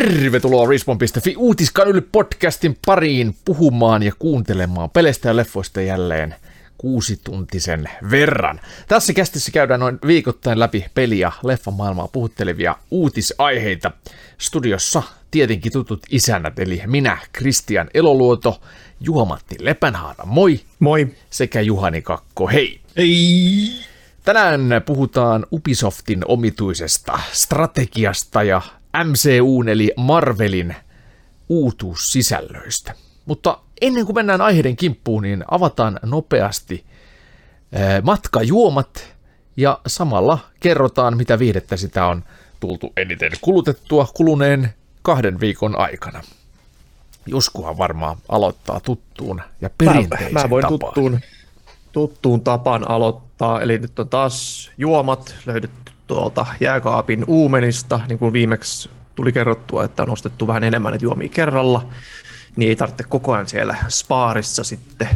Tervetuloa Respawn.fi uutiskanyli-podcastin pariin puhumaan ja kuuntelemaan peleistä ja leffoista jälleen 6-tuntisen verran. Tässä kästissä käydään noin viikoittain läpi peli- ja leffamaailmaa puhuttelevia uutisaiheita. Studiossa tietenkin tutut isännät, eli minä, Kristian Eloluoto, Juha-Matti Lepänhaara, moi! Moi! Sekä Juhani Kakko, hei! Hei! Tänään puhutaan Ubisoftin omituisesta strategiasta ja MCU:n eli Marvelin uutuussisällöistä. Mutta ennen kuin mennään aiheiden kimppuun, niin avataan nopeasti matkajuomat ja samalla kerrotaan, mitä viihdettä sitä on tultu eniten kulutettua kuluneen 2 viikon aikana. Juskuhan varmaan aloittaa tuttuun ja perinteisen Mä voin tapaan. tuttuun tapaan aloittaa, eli nyt on taas juomat löydetty tuolta jääkaapin uumenista, niin kuin viimeksi tuli kerrottua, että on ostettu vähän enemmän näitä juomia kerralla, niin ei tarvitse koko ajan siellä spaarissa sitten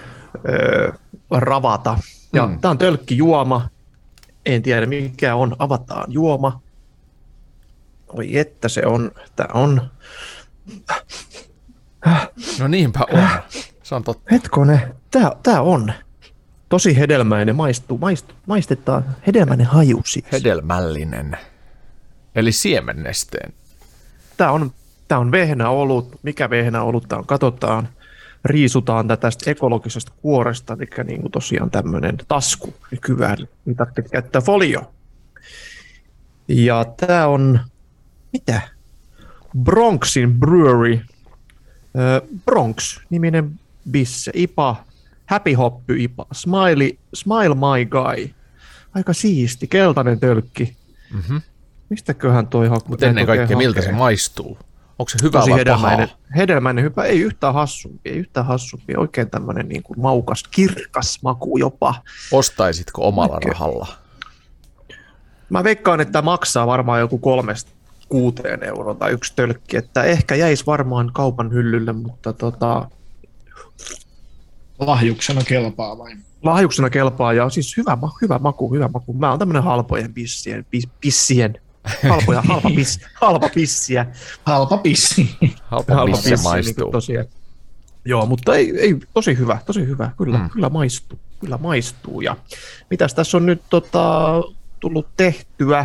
ravata. Ja tää on tölkkijuoma, en tiedä mikä on, avataan juoma. Oi että tää on. No niinpä on, se on totta. Hetkone, tää on tosi hedelmäinen, maistetaan hedelmäinen haju siis. Hedelmällinen, eli siemennesteen. Tää on vehnäolut, mikä vehnäolut tää on, katsotaan, riisutaan tästä ekologisesta kuoresta, eli niin kuin tosiaan tämmönen tasku nykyään, niin tarvitsee käyttää folio. Ja tää on, mitä? Bronxin Brewery, Bronx-niminen bisse, IPA, Happy Hoppy IPA, Smile My Guy, aika siisti, keltainen tölkki. Mm-hmm. Mistäköhän toi hakuu? Mutta ennen kaikkea miltä se maistuu? Onko se hyvä vai paha? Hedelmäinen, hyvä, ei yhtään hassumpi, oikein tämmöinen niin kuin maukas, kirkas maku jopa. Ostaisitko omalla rahalla? Mä veikkaan, että maksaa varmaan joku 3-6 euroa tai yksi tölkki, että ehkä jäisi varmaan kaupan hyllylle, mutta lahjuksena kelpaa vai? Lahjuksena kelpaa ja siis hyvä maku. Mä oon tämmönen halpojen pissien. Halpa pissiä. Halpa pissi maistuu. Tosiaan. Joo, mutta ei tosi hyvä. Kyllä maistuu. Ja mitäs tässä on nyt tullut tehtyä?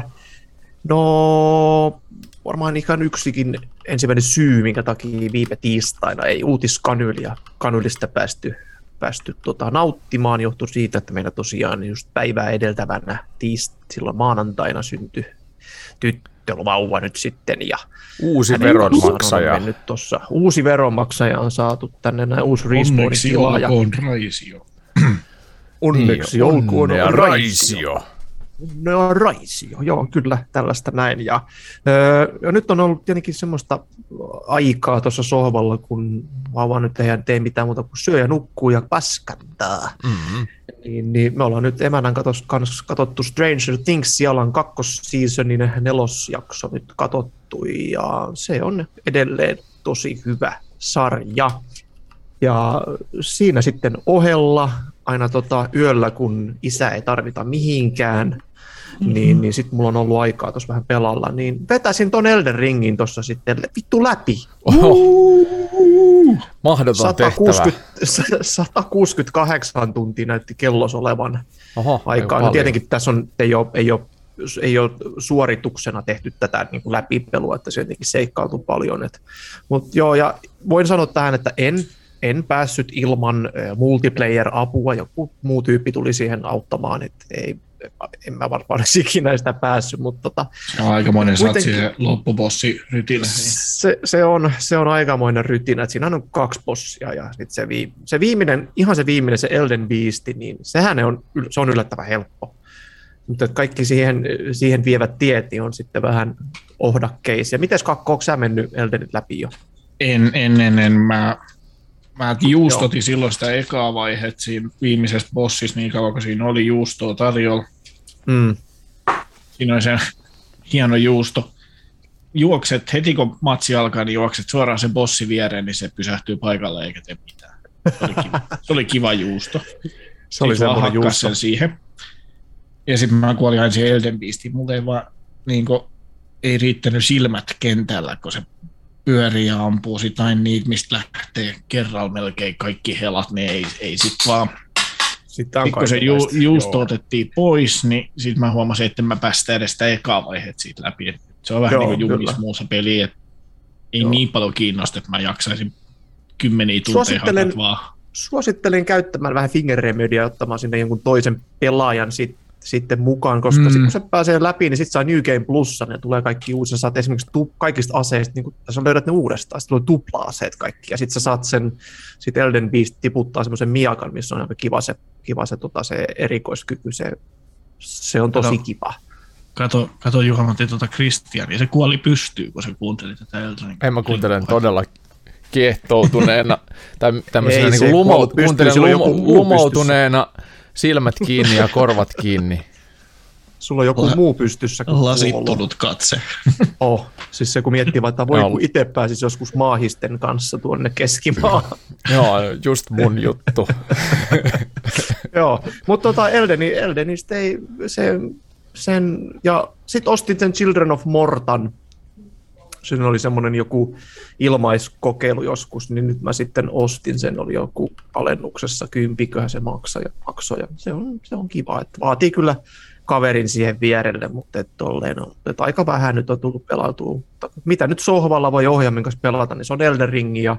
No varmaan ihan yksikin ensimmäinen syy, minkä takia viime tiistaina ei uutiskanyylistä päästy nauttimaan, johtui siitä, että meillä tosiaan just päivää edeltävänä silloin maanantaina syntyi tyttövauva nyt sitten. Ja uusi veronmaksaja. Uusi veronmaksaja on saatu tänne, näin uusi Respawnin tilaaja. Onneksi olkoon Raisio. No Raisio, joo, kyllä tällaista näin. Ja nyt on ollut tietenkin semmoista aikaa tuossa sohvalla, kun vauva nyt ei tee mitään muuta kuin syö ja nukkuu ja paskantaa. Mm-hmm. Niin me ollaan nyt emänän kanssa katsottu Stranger Things, siellä on 2-seasonin 4. jakso nyt katsottu ja se on edelleen tosi hyvä sarja. Ja siinä sitten ohella aina yöllä, kun isä ei tarvita mihinkään, niin sitten mulla on ollut aikaa tuossa vähän pelalla, niin vetäisin ton Elden Ringin tuossa sitten vittu läpi. Mahdoton tehtävä. 168 tuntia näytti kellos olevan aikaa. No tietenkin tässä ei ole suorituksena tehty tätä niin kuin läpipelua, että se jotenkin seikkailtu paljon. Mutta joo, ja voin sanoa tähän, että en päässyt ilman multiplayer-apua, joku muu tyyppi tuli siihen auttamaan, että en mä varmaan ikinä sitä päässyt, mutta se on aikamoinen satsi se loppubossi-rytinä. Se on aikamoinen rytinä, että siinä on 2 bossia ja sit se viimeinen, se Elden Beast, niin se on yllättävän helppo. Mutta kaikki siihen vievät tiet niin on sitten vähän ohdakkeisia. Mites Kakko, onko sä mennyt Eldenit läpi jo? En. Mä juustotin silloin sitä ekaa vaihetta siinä viimeisessä bossissa niin kauan, kun siinä oli juustoa tarjolla. Siinä oli se hieno juusto. Juokset, heti kun matsi alkaa, niin juokset suoraan sen bossin viereen, niin se pysähtyy paikalle eikä tee mitään. Se oli kiva juusto. Se oli semmoinen juusto. Sen siihen. Ja sitten mä kuolin aina siihen Elden Beastiin. Mulla ei vaan ei riittänyt silmät kentällä, kun se pyörii ja ampuu sitain niitä, mistä lähtee kerralla melkein kaikki helat, niin ei sit vaan. Sitten kun se juusto otettiin pois, niin sitten mä huomasin, että mä päästä edes sitä ekaa vaiheet siitä läpi. Et se on vähän niin kuin jumis muussa peli, että ei niin paljon kiinnosta, että mä jaksaisin 10 tunteja hakat vaan. Suosittelen käyttämään vähän finger remediaa, ottamaan sinne jonkun toisen pelaajan sitten mukaan, koska kun se pääsee läpi, niin sitten saa New Game Plussa, ne tulee kaikki uusi. Sä saat esimerkiksi kaikista aseista, niin kun sä löydät ne uudestaan, sitten tulee tupla-aseet kaikki, ja sitten sä saat sen, sitten Elden Beast tiputtaa semmoisen miakan, missä on aika kiva se erikoiskyky, se on tosi kiva. Kato Juha, mä otin Kristiania, se kuoli pystyyn, kun se kuunteli tätä Elden. En mä kuuntelen todella kiehtoutuneena, tai tämmöisenä niin lumoutuneena, silmät kiinni ja korvat kiinni. Sulla on joku muu pystyssä. Lasittunut katse. Siis se kun miettii, että voi kun itse pääsisi joskus maahisten kanssa tuonne Keskimaahan. Joo, just mun juttu. Joo, mutta Eldenistä ei sen, ja sitten ostin sen Children of Mortan. Siinä oli semmoinen joku ilmaiskokeilu joskus, niin nyt mä sitten ostin sen, oli joku alennuksessa 10 se maksoi. Ja se on kiva, että vaatii kyllä kaverin siihen vierelle, mutta tolleen on. Että aika vähän nyt on tullut pelautua. Mitä nyt sohvalla voi ohjaimen kanssa pelata, niin se on Elden Ring ja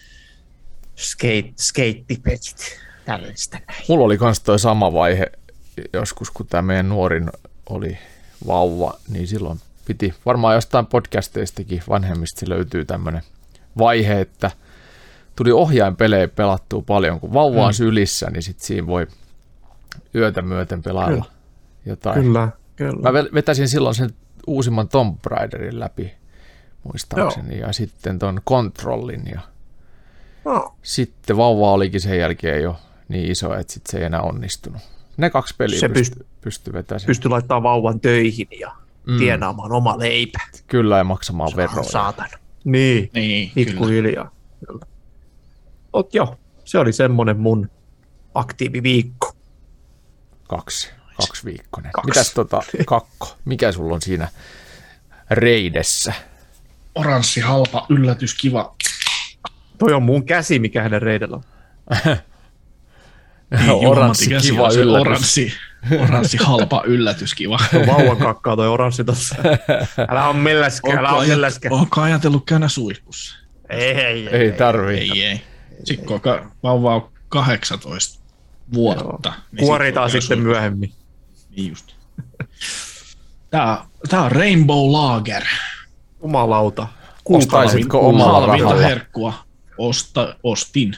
skeittipelit, tällaista näin. Mulla oli kans toi sama vaihe joskus, kun tämä meidän nuorin oli vauva, niin silloin piti varmaan jostain podcasteistakin vanhemmista se löytyy tämmöinen vaihe, että tuli ohjainpelejä pelattua paljon, kun vauva on sylissä, niin sitten siinä voi yötä myöten pelailla jotain. Kyllä. Mä vetäsin silloin sen uusimman Tomb Raiderin läpi, muistaakseni, ja sitten ton Controlin, ja sitten vauva olikin sen jälkeen jo niin iso, että sit se ei enää onnistunut. Ne 2 peliä pystyi vetämään. Pystyi laittamaan vauvan töihin ja tienaamaan oma leipä. Kyllä, ja maksamaan veroja. Saatana. Niin pikkuhiljaa. Mut joo, se oli semmonen mun aktiiviviikko. 2 viikkonen. Mitäs kakko? Mikä sulla on siinä reidessä? Oranssi, halpa, yllätys, kiva. Toi on mun käsi, mikä hänen reidellä on. Oranssi, kiva yllätys. Oranssi, halpa, yllätys, kiva. Vauvan kakkaa toi oranssi tossa. Älä on milläskä. Ootko ajatellut käydä suihkussa? Ei tarvii. Ei. Sitten kun vauva on 18 vuotta. Niin kuoritaan sitten myöhemmin. Niin just. Tää on Rainbow Lager. Jumalauta. Ostaisitko omalla rahalla? Herkkua. Ostin.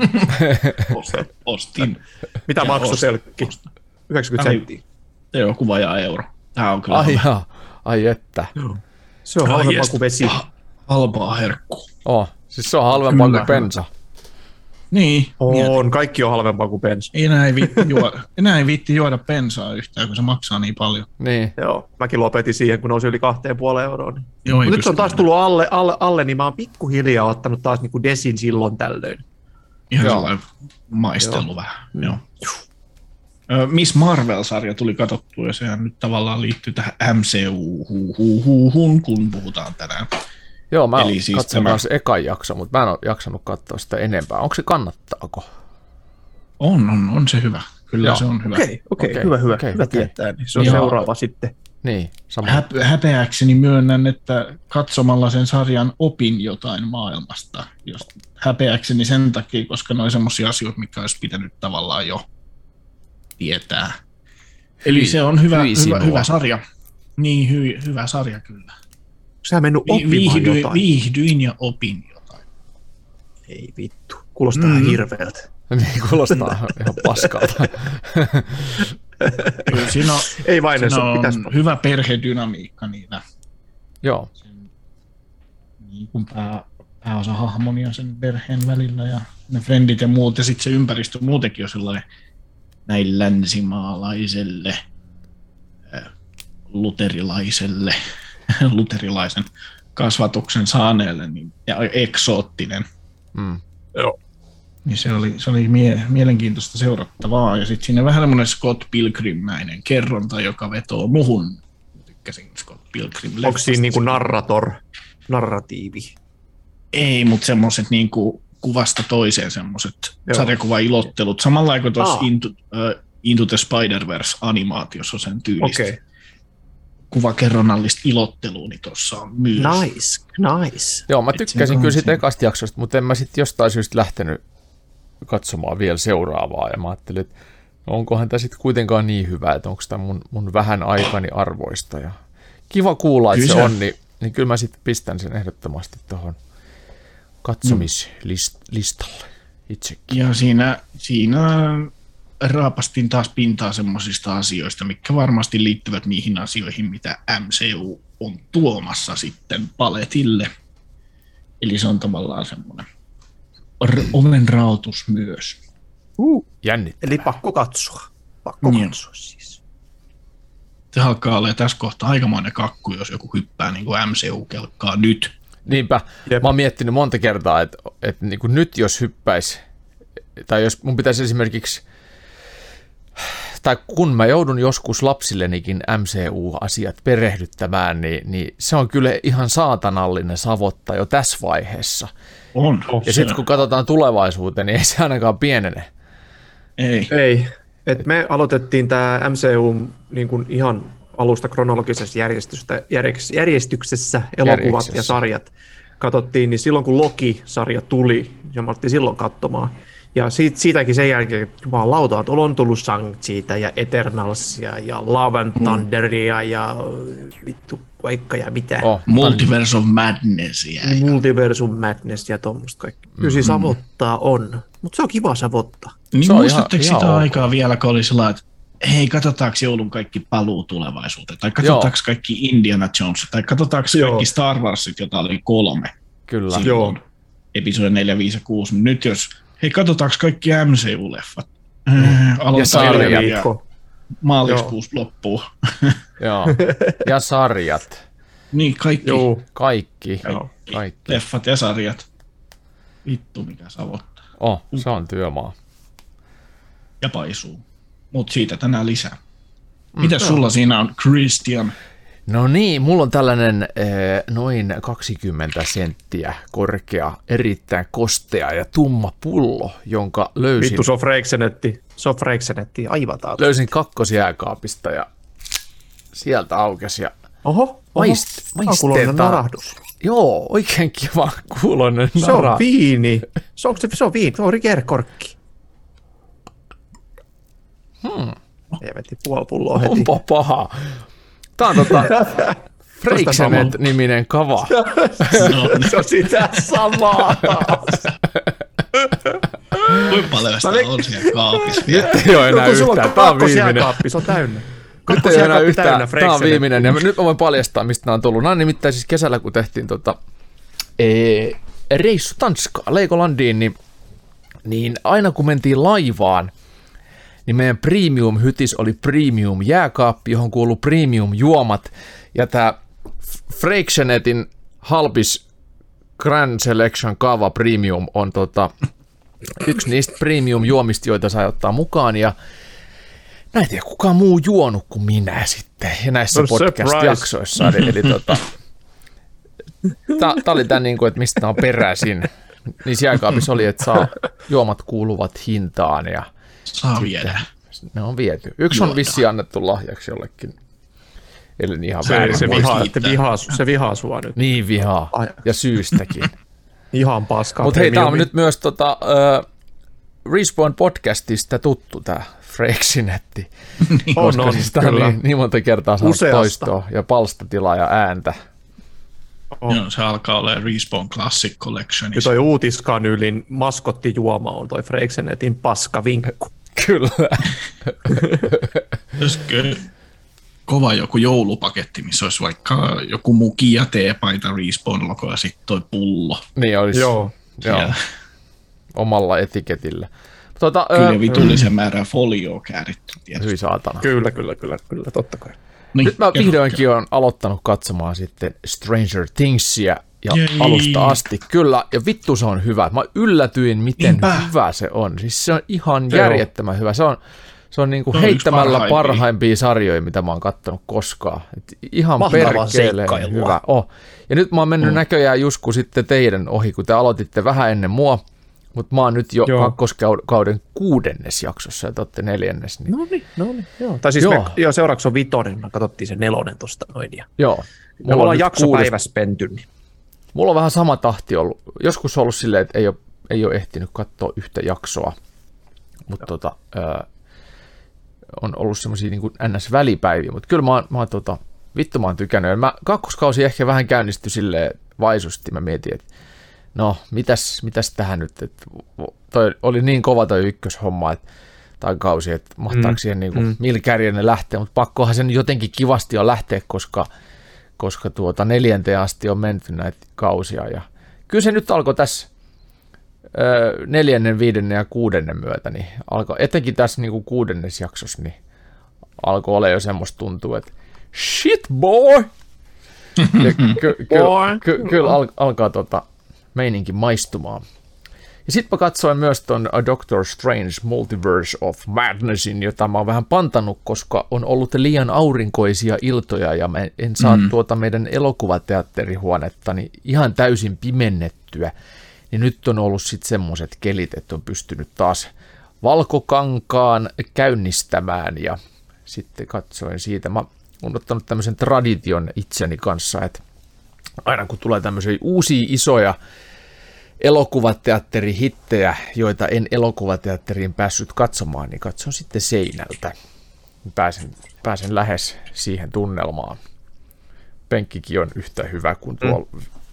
Ostin. Mitä maksoi selkki? 90 senttiä. Se on joku vajaa euro. Tää on kyllä. Ai että. Se on halvempaa kuin vesi. Halpaa herkkua. Siis se on halvempaa kuin bensa. Niin. On, kaikki on halvempaa kuin bensa. Enää ei viitti juoda bensaa yhtään, kun se maksaa niin paljon. Niin. Joo, mäkin lopetin siihen, kun nousi yli 2,5 euroa. Niin. Joo, nyt se on taas tullut alle, niin mä oon pikkuhiljaa ottanut taas niin kuin desin silloin tällöin. Ihan sellainen maistellut vähän. Joo. Miss Marvel-sarja tuli katsottua, ja sehän nyt tavallaan liittyy tähän MCU-hun, kun puhutaan tänään. Joo, mä katson myös ekan jakso, mutta mä en ole jaksanut katsoa sitä enempää. Onko se kannattaako? On se hyvä. Kyllä joo. Se on hyvä. Okei, hyvä tietää. Niin se on seuraava sitten. Niin, sama. Häpeäkseni myönnän, että katsomalla sen sarjan opin jotain maailmasta. Häpeäkseni sen takia, koska ne on semmoisia asioita, mitkä olisi pitänyt tavallaan jo tietää. Eli se on hyvä sarja. Niin, hyvä sarja kyllä. Sä mennyt oppimaan jotain. Viihdyin ja opin jotain. Ei vittu, kuulostaa hirveältä. Niin, kuulostaa ihan paskalta. Siinä on, ei vain siinä on hyvä perhedynamiikka niillä. Joo. Niin kuin pääosa hahmonia sen perheen välillä ja ne frendit ja muut. Ja sitten se ympäristö muutenkin on sellainen näin länsimaalaiselle, luterilaisen kasvatuksen saaneelle niin, ja eksoottinen. Joo. Niin se oli mielenkiintoista seurattavaa. Ja sitten siinä vähän semmoinen Scott Pilgrim-mäinen kerronta, joka vetoo muhun tykkäsin Scott Pilgrim. Onko siinä niinku narratiivi? Ei, mutta semmoiset niinku kuvasta toiseen semmoiset sarjakuvailottelut. Samalla kuin tuossa Into the Spider-Verse-animaatiossa on sen tyylistä. Okay. Kuvakerronnallista ilottelua, niin tuossa on myös. Nice. Joo, mä tykkäsin kyllä siitä ekasta jaksosta, mutta en mä sitten jostain syystä lähtenyt katsomaan vielä seuraavaa. Ja mä ajattelin, että onkohan tämä sitten kuitenkaan niin hyvä, että onko tämä mun vähän aikani arvoista. Ja kiva kuulla, että se on, niin kyllä mä sitten pistän sen ehdottomasti tuohon katsomislistalle itsekin. Ja siinä raapastin taas pintaa semmoisista asioista, mitkä varmasti liittyvät niihin asioihin, mitä MCU on tuomassa sitten paletille. Eli se on tavallaan semmoinen ovenrautus myös. Jännittävää. Eli pakko katsoa. Katsoa siis. Se alkaa olla tässä kohtaa aikamoinen kakku, jos joku hyppää niin kuin MCU-kelkkaa nyt. Niinpä. Jep. Mä oon miettinyt monta kertaa, että niin kuin nyt jos hyppäisi, tai jos mun pitäisi esimerkiksi, tai kun mä joudun joskus lapsillenikin MCU-asiat perehdyttämään, niin se on kyllä ihan saatanallinen savotta jo tässä vaiheessa. On. Ja sitten kun katsotaan tulevaisuuteen, niin ei se ainakaan pienene. Ei. Et me aloitettiin tämä MCU niin kuin ihan alusta kronologisessa järjestyksessä elokuvat ja sarjat katsottiin, niin silloin kun Loki-sarja tuli, ja me oltiin silloin katsomaan. Ja siitäkin sen jälkeen vaan lautaan, että on tullut Shang-Chita ja Eternalsia ja Love and Thunderia ja vittu vaikka ja mitä. Multiverse of Madnessia. Multiverse of Madness ja tuommoista kaikki. Kyllä savottaa on, mutta se on kiva savottaa. Niin muistatteko sitä aikaa vielä, kun oli sellainen, että hei, katsotaanko joulun kaikki paluu tulevaisuuteen, tai katsotaanko kaikki Indiana Jones, tai katsotaanko kaikki Star Warsit, jota oli 3. Kyllä. Silloin, episode 4, 5 ja 6. Nyt jos, hei, katsotaanko kaikki MCU-leffat? Ja sarjat. Maaliskuussa loppuu. Joo, ja sarjat. Niin, kaikki. Joo. Kaikki. Leffat ja sarjat. Vittu, mikä savottaa. Se on työmaa. Ja paisuu. Mutta siitä tänään lisää. Mitäs sulla siinä on, Christian? No niin, mulla on tällainen noin 20 senttiä korkea, erittäin kostea ja tumma pullo, jonka löysin. Vittu, se on freiksenetti, aivan taas. Löysin kakkosjääkaapista ja sieltä aukesi ja kuuloinen narahdus. Joo, oikein kiva kuuloinen narahdus. Se on viini. Se on viini, se on Riker-korkki. Jävetti puoli pulloa heti. Onpa paha. Tää on Freixenet-niminen kava. Se on sitä samaa. Kuinka paljon sitä on siellä kaapissa vielä? Nyt ei ole enää yhtään. Tää on viimeinen. Se on täynnä. Nyt ei ole enää yhtään. Tää on viimeinen. Ja nyt mä voin paljastaa, mistä nämä on tullut. Nämä on nimittäin siis kesällä, kun tehtiin reissu Tanskaan, Legolandiin, niin aina kun mentiin laivaan, niin meidän premium-hytis oli premium-jääkaappi, johon kuului premium-juomat, ja tämä Freixenetin halpis Grand Selection Cava Premium on yksi niistä premium-juomista, joita sai ottaa mukaan, ja näitä ei kukaan muu juonut kuin minä sitten, ja näissä podcast-jaksoissa, eli tämä oli tämä, että mistä on peräisin, niin jääkaapissa oli, että juomat kuuluvat hintaan, ja saa viedä. Ne on viety. Yksi on vissiin annettu lahjaksi jollekin. Eli ihan se vihaa sua nyt. Niin vihaa. Ja syystäkin. Ihan paskaa. Mutta hei, tämä on nyt myös Respawn podcastista tuttu tämä Freixenetti. Koska siis tämä on niin monta kertaa saanut toistoa ja palstatilaa ja ääntä. Joo, se alkaa olla Respawn Classic Collection. Ja toi Uutiskanylin maskottijuoma on toi Freixenetin paskavinkku. Kyllä. Olisiko kova joku joulupaketti, missä olisi vaikka joku muki ja teepaita Respawn-logo ja sitten toi pullo. Niin olisi. Joo. Omalla etiketillä. Kyllä vitullisen määrän folioa kääritty. Hyi saatana. Kyllä, totta kai. Niin, nyt mä vihdoinkin olen aloittanut katsomaan sitten Stranger Thingsia ja alusta asti. Kyllä, ja vittu se on hyvä. Mä yllätyin, miten hyvä se on. Siis se on ihan järjettömän hyvä. Se on niinku heittämällä parhaimpia sarjoja, mitä mä oon kattonut koskaan. Et ihan perkeleen hyvä. Ja nyt mä oon mennyt näköjään Jusku sitten teidän ohi, kun te aloititte vähän ennen mua, mutta mä oon nyt jo kakkoskauden 6. jaksossa ja te olette 4. Niin. No niin, joo. Tai siis seuraavaksi on 5, me katsottiin se 4 tuosta noin. Joo. Me ollaan jaksopäivässä penty. Niin. Mulla on vähän sama tahti ollut. Joskus on ollut silleen, että ei ole ehtinyt katsoa yhtä jaksoa, mutta on ollut semmoisia niin kuin NS-välipäiviä, mutta kyllä mä oon tykännyt. Kakkoskausi ehkä vähän käynnistyi silleen vaisusti. Mä mietin, että no, mitäs tähän nyt, että toi oli niin kova toi ykköshomma, tai kausi, että mahtaako siihen niin kuin, millä kärjellä lähteä, mutta pakkohan sen jotenkin kivasti on lähteä, koska 4. asti on menty näitä kausia, ja kyllä se nyt alkoi tässä 4., 5. ja 6. myötä, niin alkoi, etenkin tässä niin kuin 6. jaksossa, niin alkoi olla jo semmoista tuntua, että shit boy! Kyllä alkaa meininki maistumaan. Ja sitten mä katsoin myös ton Doctor Strange Multiverse of Madnessin, jota mä oon vähän pantanut, koska on ollut liian aurinkoisia iltoja ja mä en saa meidän elokuvateatterihuonettani ihan täysin pimennettyä. Niin nyt on ollut sitten semmoiset kelit, että on pystynyt taas valkokankaan käynnistämään ja sitten katsoin siitä. Mä oon ottanut tämmöisen tradition itseni kanssa, että aina kun tulee tämmöisiä uusia isoja elokuvateatterihittejä, joita en elokuvateatteriin päässyt katsomaan, niin katson sitten seinältä. Pääsen lähes siihen tunnelmaan. Penkkikin on yhtä hyvä kuin tuolla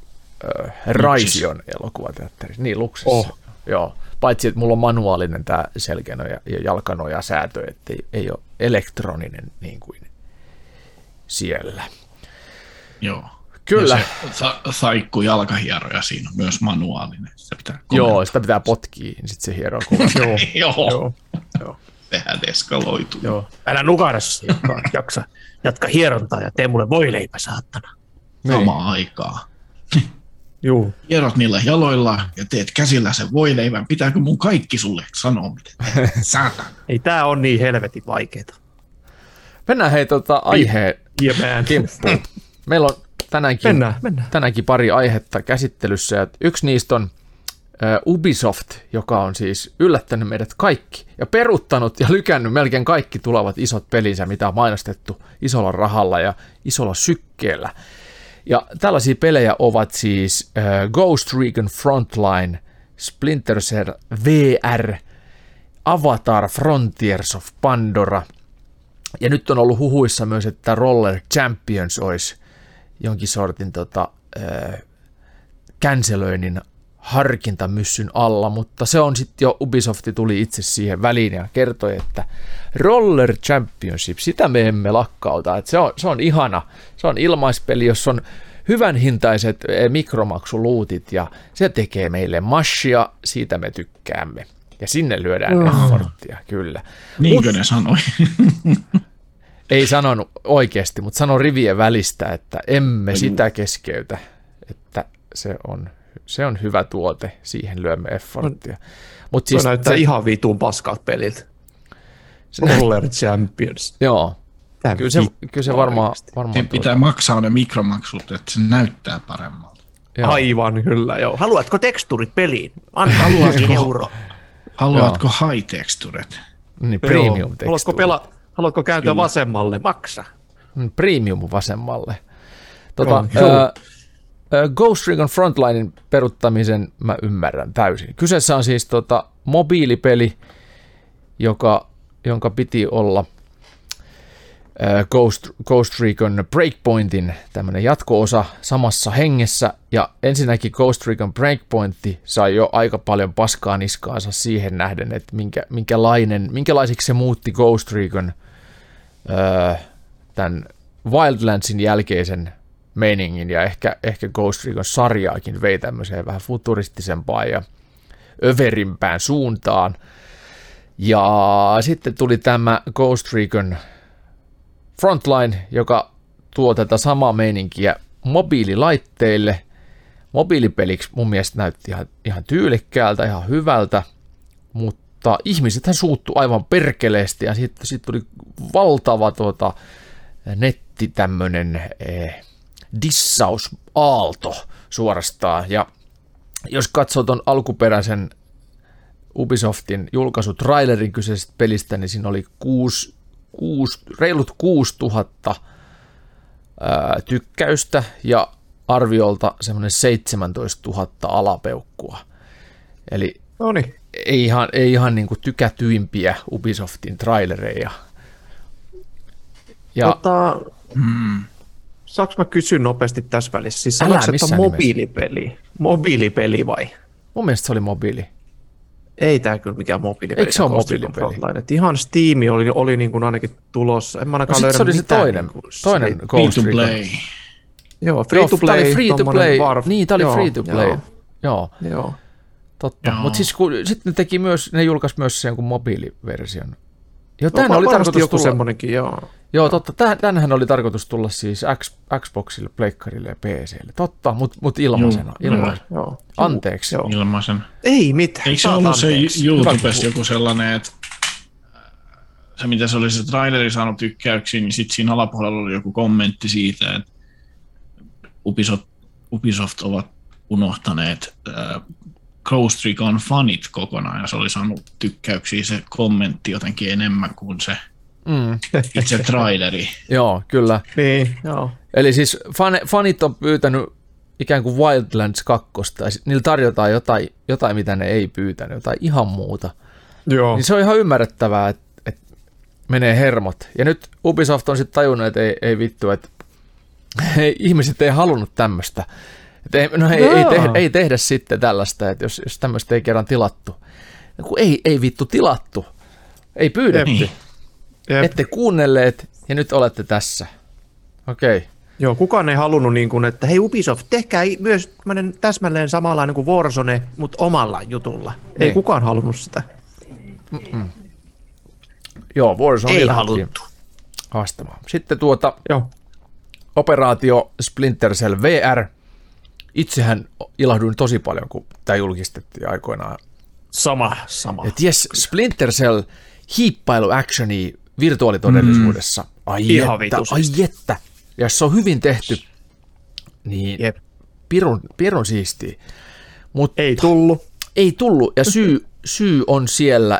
Raision elokuvateatteri. Niin, Luksessa. Joo. Paitsi, että mulla on manuaalinen tämä selkänoja ja jalkanoja säätö, että ei ole elektroninen niin kuin siellä. Joo. Kyllä. Saikku jalkahieroja siinä on myös manuaalinen. Joo, sitä pitää potkia, niin sitten se hieroo kovasti. Joo. Tehdään eskaloitu. Joo. Älä nukarassa, jatka hierontaa ja tee mulle voileipä saatana. Samaan aikaan. Joo. Hierot niillä jaloilla ja teet käsillä sen voileivän. Pitääkö mun kaikki sulle sanoa, miten saatana? Ei tää on niin helvetin vaikeeta. Mennään aiheen kimppuun. Meillä on tänäänkin pari aihetta käsittelyssä. Ja yksi niistä on Ubisoft, joka on siis yllättänyt meidät kaikki ja peruuttanut ja lykännyt melkein kaikki tulevat isot pelinsä, mitä on mainostettu isolla rahalla ja isolla sykkeellä. Ja tällaisia pelejä ovat siis Ghost Recon Frontline, Splinter Cell VR, Avatar Frontiers of Pandora. Ja nyt on ollut huhuissa myös, että Roller Champions olisi jonkin sortin canceloinnin harkintamyssyn alla, mutta se on sitten jo, Ubisofti tuli itse siihen väliin ja kertoi, että Roller Championship, sitä me emme lakkauta, että se on ihana, se on ilmaispeli, jossa on hyvän hintaiset mikromaksuluutit ja se tekee meille mashia, siitä me tykkäämme. Ja sinne lyödään efforttia, kyllä. Niinkö ne sanoi? Ei sanonut oikeasti, mutta sanoi rivien välistä, että emme sitä keskeytä, että se on hyvä tuote, siihen lyömme efforttia. Mut siis näyttää ihan vitun paskalta peliltä. Roller Champions. Joo. Kyllä se varmaan pitää maksaa ne mikromaksut, että se näyttää paremmalta. Joo. Aivan kyllä, joo. Haluatko teksturit peliin? Haluatko high texturet? Niin, premium teksturit. Haluatko kääntyä vasemmalle? Maksa. Premium vasemmalle. Ghost Recon Frontlinen peruttamisen mä ymmärrän täysin. Kyseessä on siis mobiilipeli, jonka piti olla Ghost Recon Breakpointin tämmöinen jatko-osa samassa hengessä, ja ensinnäkin Ghost Recon Breakpointti sai jo aika paljon paskaa niskaansa siihen nähden, että minkälaisiksi se muutti Ghost Recon tämän Wildlandsin jälkeisen meiningin, ja ehkä Ghost Recon sarjaakin vei tämmöiseen vähän futuristisempaan ja överimpään suuntaan. Ja sitten tuli tämä Ghost Recon Frontline, joka tuo tätä samaa meininkiä mobiililaitteille. Mobiilipeliksi mun mielestä näytti ihan tyylikkäältä, ihan hyvältä, mutta ihmisethän suuttu aivan perkeleesti ja sitten tuli valtava netti tämmöinen dissausaalto suorastaan. Ja jos katsoo tuon alkuperäisen Ubisoftin julkaisutrailerin kyseisestä pelistä, niin siinä oli reilut 6000 tykkäystä ja arviolta semmoinen 17 000 alapeukkua. Eli ei ihan niin kuin tykätyimpiä Ubisoftin trailereja. Ja saanko mä kysyä nopeasti tässä välissä? Siis sanoitko, että on mobiilipeli vai? Mun mielestä se oli mobiili. Ei tämä kyllä mikään mobiilipeli. Eikö se ole mobiilipeli? Ihan Steam oli niin kuin ainakin tulossa. En mä ainakaan löydä se oli mitään. Se toinen Ghost Free to play. Joo, free to play. Free to play. Niin, tämä oli free to play. Joo. Totta, mutta siis sitten ne julkaisi myös sen jonkun mobiiliversion. Joo, tämän oli tarkoitus tulla. Semmoinenkin, Joo, totta. Tänhän oli tarkoitus tulla siis Xboxille, Pleikkarille ja PC:lle. Totta, mutta ilmaisena. Joo. Anteeksi. Joo. Ilmaisen. Ei mitään. Eikö se ollut se YouTubesta joku sellainen, että se mitä se oli se traileri saanut tykkäyksiin, niin sitten siinä alapuolella oli joku kommentti siitä, että Ubisoft ovat unohtaneet Ghost Recon fanit kokonaan, ja se oli saanut tykkäyksiä se kommentti jotenkin enemmän kuin se itse traileri. Joo, kyllä. Niin, joo. Eli siis fanit on pyytänyt ikään kuin Wildlands 2, ja niillä tarjotaan jotain, mitä ne ei pyytänyt, jotain ihan muuta. Joo. Niin se on ihan ymmärrettävää, että menee hermot. Ja nyt Ubisoft on sitten tajunnut, että ei vittu, että ihmiset ei halunnut tämmöistä. Ei tehdä sitten tällaista, että jos tämmöistä ei kerran tilattu. Kun ei vittu tilattu. Ei pyydetty. Ette kuunnelleet ja nyt olette tässä. Okei. Joo, kukaan ei halunnut, niin kuin, että hei Ubisoft, tehkää myös täsmälleen samanlainen kuin Warzone, mutta omalla jutulla. Ei kukaan halunnut sitä. Joo, Warzone ei haluttu haastamaan. Sitten operaatio Splinter Cell VR. Itsehän ilahduin tosi paljon, kun tämä julkistettiin aikoinaan. Sama. Et jes, Splinter Cell hiippailu-actioni virtuaalitodellisuudessa. Ai jettä. Ja jos se on hyvin tehty, niin pirun siistiä. Mutta Ei tullut. Ja syy on siellä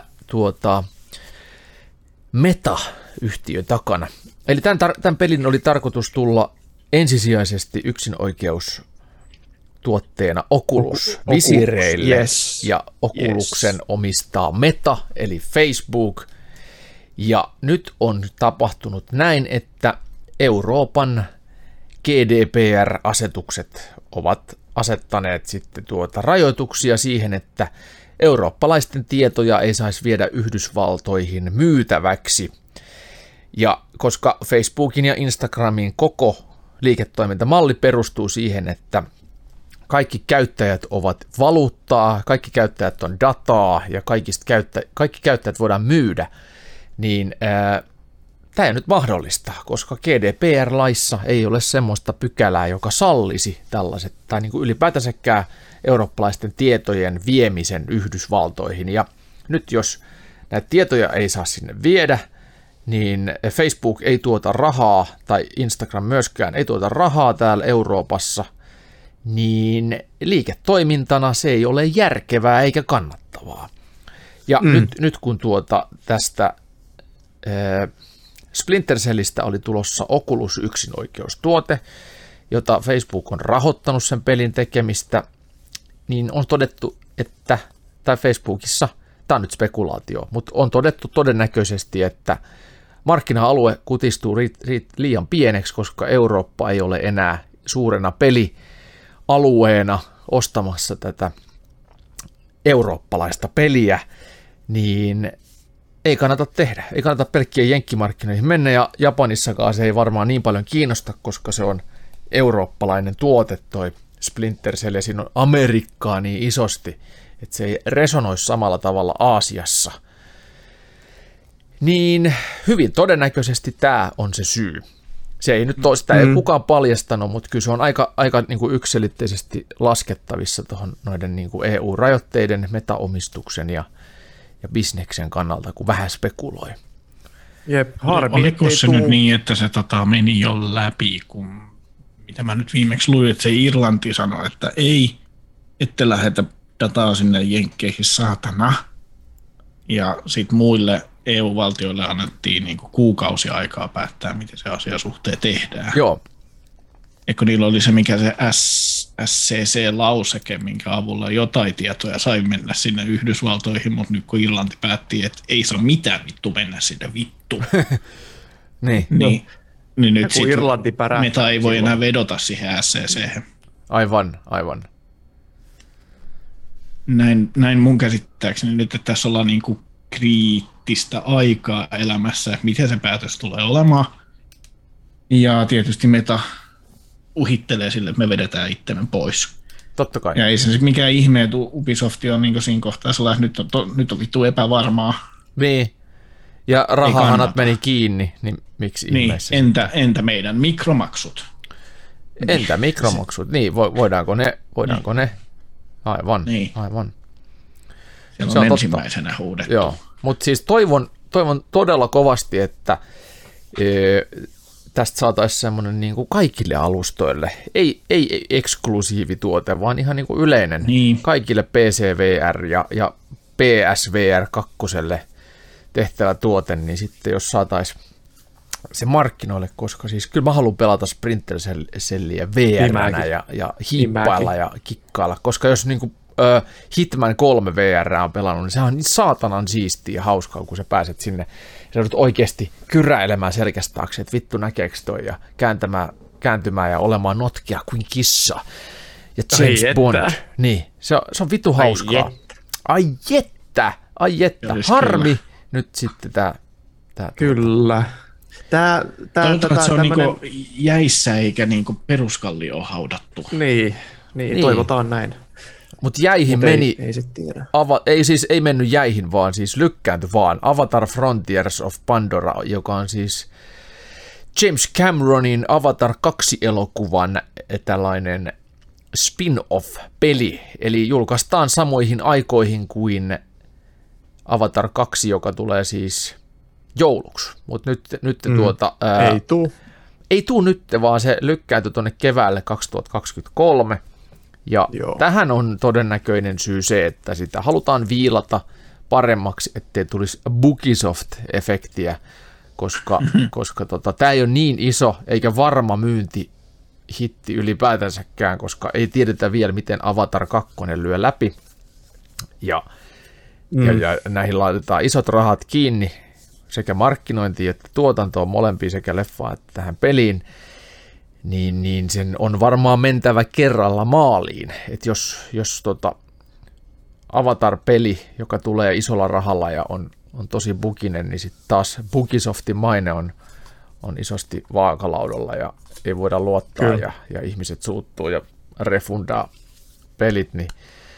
Meta-yhtiön takana. Eli tämän pelin oli tarkoitus tulla ensisijaisesti yksinoikeus tuotteena Oculus Visireille, ja Oculusen omistaa Meta, eli Facebook, ja nyt on tapahtunut näin, että Euroopan GDPR-asetukset ovat asettaneet sitten rajoituksia siihen, että eurooppalaisten tietoja ei saisi viedä Yhdysvaltoihin myytäväksi, ja koska Facebookin ja Instagramin koko liiketoimintamalli perustuu siihen, että kaikki käyttäjät ovat valuuttaa, kaikki käyttäjät on dataa ja kaikki käyttäjät voidaan myydä, niin tämä ei nyt mahdollista, koska GDPR-laissa ei ole semmoista pykälää, joka sallisi tällaiset, tai niin kuin ylipäätänsäkään eurooppalaisten tietojen viemisen Yhdysvaltoihin. Ja nyt jos näitä tietoja ei saa sinne viedä, niin Facebook ei tuota rahaa, tai Instagram myöskään ei tuota rahaa täällä Euroopassa, niin liiketoimintana se ei ole järkevää eikä kannattavaa. Ja nyt kun tästä Splinter Cellistä oli tulossa Oculus yksinoikeustuote, jota Facebook on rahoittanut sen pelin tekemistä, niin on todettu, että Facebookissa, tämä on nyt spekulaatio, mutta on todettu todennäköisesti, että markkina-alue kutistuu liian pieneksi, koska Eurooppa ei ole enää suurena pelialueena ostamassa tätä eurooppalaista peliä, niin ei kannata tehdä. Ei kannata pelkkien jenkkimarkkinoihin mennä, ja Japanissakaan se ei varmaan niin paljon kiinnosta, koska se on eurooppalainen tuote toi Splinter Cell, ja siinä on Amerikkaa niin isosti, että se ei resonoi samalla tavalla Aasiassa. Niin hyvin todennäköisesti tämä on se syy. Se ei nyt sitä ei kukaan paljastanut, mutta kyllä se on aika niin kuin yksiselitteisesti laskettavissa tuohon noiden niin kuin EU-rajoitteiden, metaomistuksen ja bisneksen kannalta, kun vähän spekuloi. Jep, harmi. Oliko se nyt niin, että se meni jo läpi, kun mitä mä nyt viimeksi luin, että se Irlanti sanoi, että ei, ette lähetä dataa sinne jenkkeihin saatana. Ja sitten muille EU-valtioille annettiin niinku kuukausi aikaa päättää, miten se asian suhteen tehdään. Joo. Eikö niillä oli se, mikä se SCC-lauseke, minkä avulla jotain tietoja sai mennä sinne Yhdysvaltoihin, mutta nyt kun Irlanti päätti, että ei saa mitään vittu mennä sinne vittu. niin nyt kun Irlanti Meta ei voi enää vedota siihen SCC-hän. Aivan. Näin mun käsittääkseni nyt, että tässä ollaan niinku kriittistä aikaa elämässä, että miten se päätös tulee olemaan. Ja tietysti Meta uhittelee sille, että me vedetään itsemme pois. Totta kai. Ja ei se mikään ihme, että Ubisoft on niin siinä kohtaa sellainen, että nyt on vittu epävarmaa. Niin. Ja rahahanat meni kiinni, niin miksi ihmeessä? Entä meidän mikromaksut? Entä mikromaksut? Niin, voidaanko ne? Aivan. Siellä on ensimmäisenä huudettu. Joo, mutta siis toivon todella kovasti, että tästä saataisiin semmoinen niin kuin kaikille alustoille, ei eksklusiivituote, vaan ihan niin kuin yleinen kaikille PCVR ja PSVR 2 tehtävä tuote, niin sitten jos saataisiin se markkinoille, koska siis kyllä mä haluan pelata Splinter Cellia VR-nä ja hiippailla ja kikkailla, koska jos niin kuin, Hitman 3 VR on pelannut, niin se on niin saatanan siistiä ja hauskaa, kun sä pääset sinne ja sä joudut oikeasti kyräilemään selkästä taakse, että vittu näkeekö toi ja kääntymään ja olemaan notkia kuin kissa. Ja James Bond. Niin, se on vittu hauskaa. Ai jettä. Harmi kyllä. Nyt sitten tää. Kyllä. Toivotaan, että se on niinku jäissä eikä niinku peruskallioon haudattu. Niin, toivotaan näin. Mutta jäihin meni, ei sit tiedä. Ei mennyt jäihin, vaan siis lykkääntyi vaan Avatar Frontiers of Pandora, joka on siis James Cameronin Avatar 2-elokuvan tällainen spin-off-peli, eli julkaistaan samoihin aikoihin kuin Avatar 2, joka tulee siis jouluksi, mutta nyt ei tuu nyt, vaan se lykkääntyi tuonne keväälle 2023, ja tähän on todennäköinen syy se, että sitä halutaan viilata paremmaksi, ettei tulisi Bugisoft-efektiä, koska tämä ei ole niin iso eikä varma myyntihitti ylipäätänsäkään, koska ei tiedetä vielä, miten Avatar 2 lyö läpi, ja näihin laitetaan isot rahat kiinni, sekä markkinointiin että tuotantoon molempiin sekä leffaan että tähän peliin, niin sen on varmaan mentävä kerralla maaliin. Että jos Avatar-peli, joka tulee isolla rahalla ja on tosi buginen, niin sitten taas Bugisoftin maine on isosti vaakalaudalla ja ei voida luottaa ja ihmiset suuttuu ja refundaa pelit, niin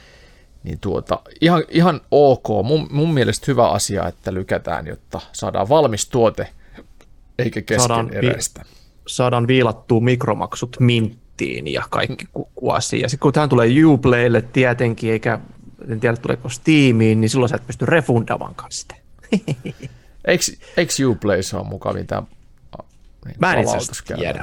ihan ok. Mun mielestä hyvä asia, että lykätään, jotta saadaan valmis tuote, eikä keskeneräistä. Saadaan viilattua mikromaksut minttiin ja kaikki asia. Sitten kun tähän tulee Uplaylle tietenkin, en tiedä tuleeko Steamiin, niin silloin sä et pysty refundamaan kanssa sitä. Eikö Uplayssa ole mukavin tämä mä en itse tiedä.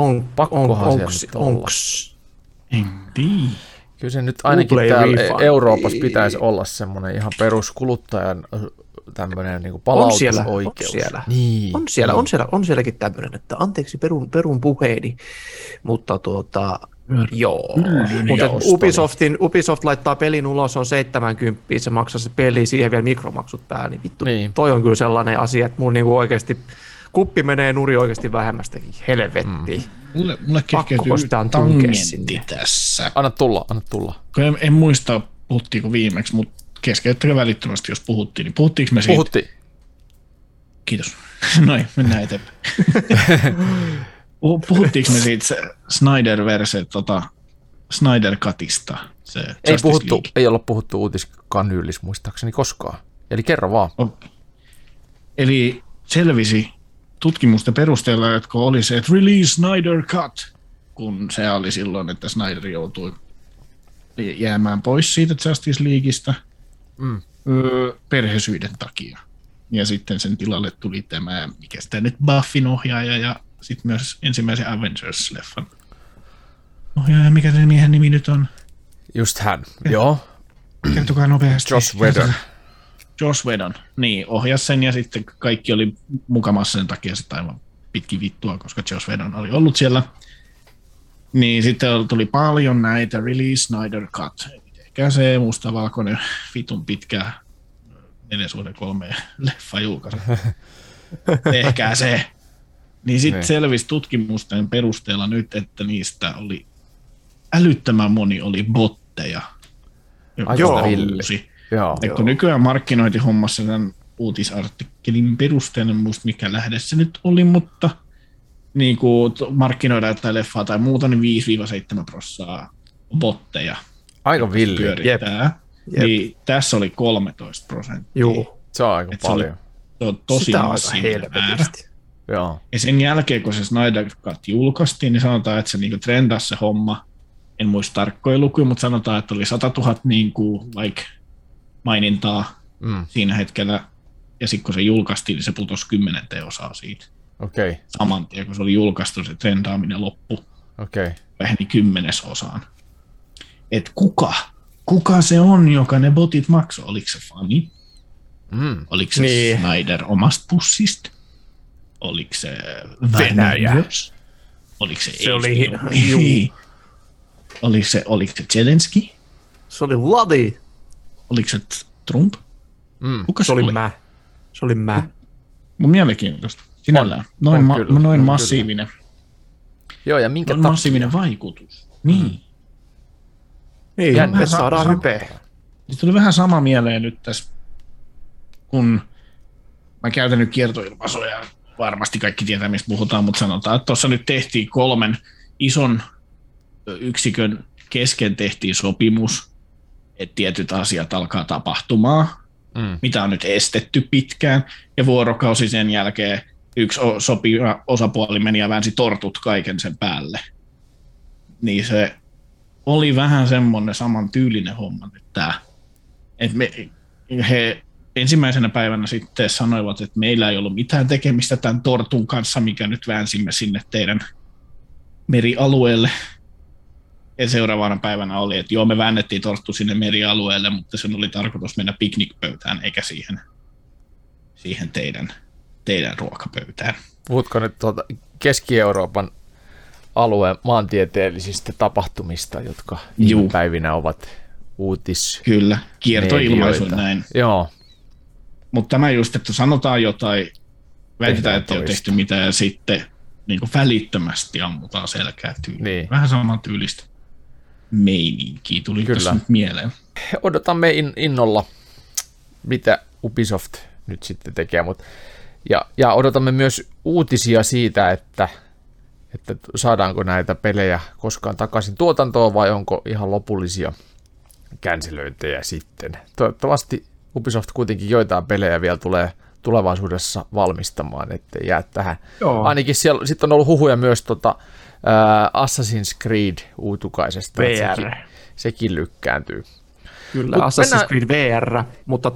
Onks? En tiedä. Kyllä se nyt ainakin täällä Euroopassa pitäisi olla semmoinen ihan peruskuluttajan tämmöinen niin kuin palautusoikeus. On sielläkin tämmöinen, että anteeksi perun puheeni, mutta joo. Mutta Ubisoft laittaa pelin ulos, on 70, se maksaa se peli, siihen vielä mikromaksut päälle, niin vittu, toi on kyllä sellainen asia, että mun niinku oikeasti kuppi menee nuri oikeasti vähemmästäkin, helvettiin. Mulle keskeytyy tangentti tässä. Anna tulla. En muista, puhuttiinko viimeksi, mutta keskeyttäkö välittömästi, jos puhuttiin, niin puhuttiinko me siitä? Puhuttiin. Kiitos. Noin, mennään eteenpäin. Puhuttiinko me siitä Snyder-verse, Snyder Cutista? Ei olla puhuttu uutiskanyylis muistaakseni koskaan. Eli kerro vaan. Okay. Eli selvisi tutkimusten perusteella, jotka oli se, että release Snyder Cut, kun se oli silloin, että Snyder joutui jäämään pois siitä Justice Leagueista. perhesyiden takia. Ja sitten sen tilalle tuli tämä, mikä sitä nyt Buffin ohjaaja ja sitten myös ensimmäisen Avengers-leffan ohjaaja, mikä se miehen nimi nyt on? Just hän, joo. Kertokaa nopeasti. Joss Whedon, niin, ohjasi sen ja sitten kaikki oli mukamassa sen takia sitä aivan pitkin vittua, koska Joss Whedon oli ollut siellä. Niin sitten tuli paljon näitä Release Snyder Cut. Mikä se mustavalkoinen vitun pitkä 4:3 leffa julkaisu. Tehkää se. Niin sitten selvisi tutkimusten perusteella nyt, että niistä oli älyttömän moni oli botteja. Joo. Kun nykyään markkinointihommassa tämän uutisartikkelin perusteella, en muista mikä lähde se nyt oli, mutta niin kuin markkinoidaan jotain leffaa tai muuta, niin 5-7% botteja. Aika villi. Pyörittää. Jep. Niin tässä oli 13%. Joo. Se on aika paljon. Se on tosi massiivinen määrä. Joo. Ja sen jälkeen, kun se Snyder Cut julkaistiin, niin sanotaan, että se niinku trendasi se homma. En muista tarkkoja lukuja, mutta sanotaan, että oli 100 000 niinku, mainintaa siinä hetkellä. Ja sitten kun se julkaistiin, niin se putosi 10% siitä. Okay. Saman tien, kun se oli julkaistu, se trendaaminen loppu. Okay. Väheni 10%. Et kuka se on, joka ne botit maksoi? Oliko se fani? Oliko se Snyder omasta pussista? Oliko se Venäjä? Oliko se oliko se Zelensky? Se oli Vladi. Oliko se Trump? Kuka se oli? Se oli mä. Mun mielenkiintoista. Sinällään. Noin massiivinen. Joo, ja minkä massiivinen vaikutus. Niin. Niin, me saadaan hypeä. Sitten tuli vähän sama mieleen nyt tässä, kun mä käytän nyt kiertoilmaisuja, varmasti kaikki tietää, mistä puhutaan, mutta sanotaan, että tuossa nyt tehtiin 3 ison yksikön kesken tehtiin sopimus, että tietyt asiat alkaa tapahtumaan, mitä on nyt estetty pitkään, ja vuorokausi sen jälkeen yksi sopiva osapuoli meni ja väänsi tortut kaiken sen päälle. Niin se oli vähän semmoinen saman tyylinen homma nyt tää. He ensimmäisenä päivänä sitten sanoivat, että meillä ei ollut mitään tekemistä tämän tortun kanssa, mikä nyt väänsimme sinne teidän merialueelle. Ja seuraavana päivänä oli, että joo, me väännettiin torttu sinne merialueelle, mutta sen oli tarkoitus mennä piknikpöytään, eikä siihen teidän ruokapöytään. Puhutko nyt Keski-Euroopan alueen maantieteellisistä tapahtumista, jotka viime päivinä ovat Kyllä, kiertoilmaisu näin. Joo. Mutta tämä just, että sanotaan jotain, väitetään, että ei ole tehty mitään, ja sitten niin kuin välittömästi ammutaan selkää tyyliin. Niin. Vähän saman tyylistä meininkiä tuli tässä nyt mieleen. Odotamme innolla, mitä Ubisoft nyt sitten tekee, ja odotamme myös uutisia siitä, että saadaanko näitä pelejä koskaan takaisin tuotantoon vai onko ihan lopullisia cancelöintejä sitten. Toivottavasti Ubisoft kuitenkin joitain pelejä vielä tulee tulevaisuudessa valmistamaan, ettei jää tähän. Joo. Ainakin siellä sitten on ollut huhuja myös Assassin's Creed uutukaisesta. Sekin lykkääntyy. Kyllä, Assassin's Creed VR, mutta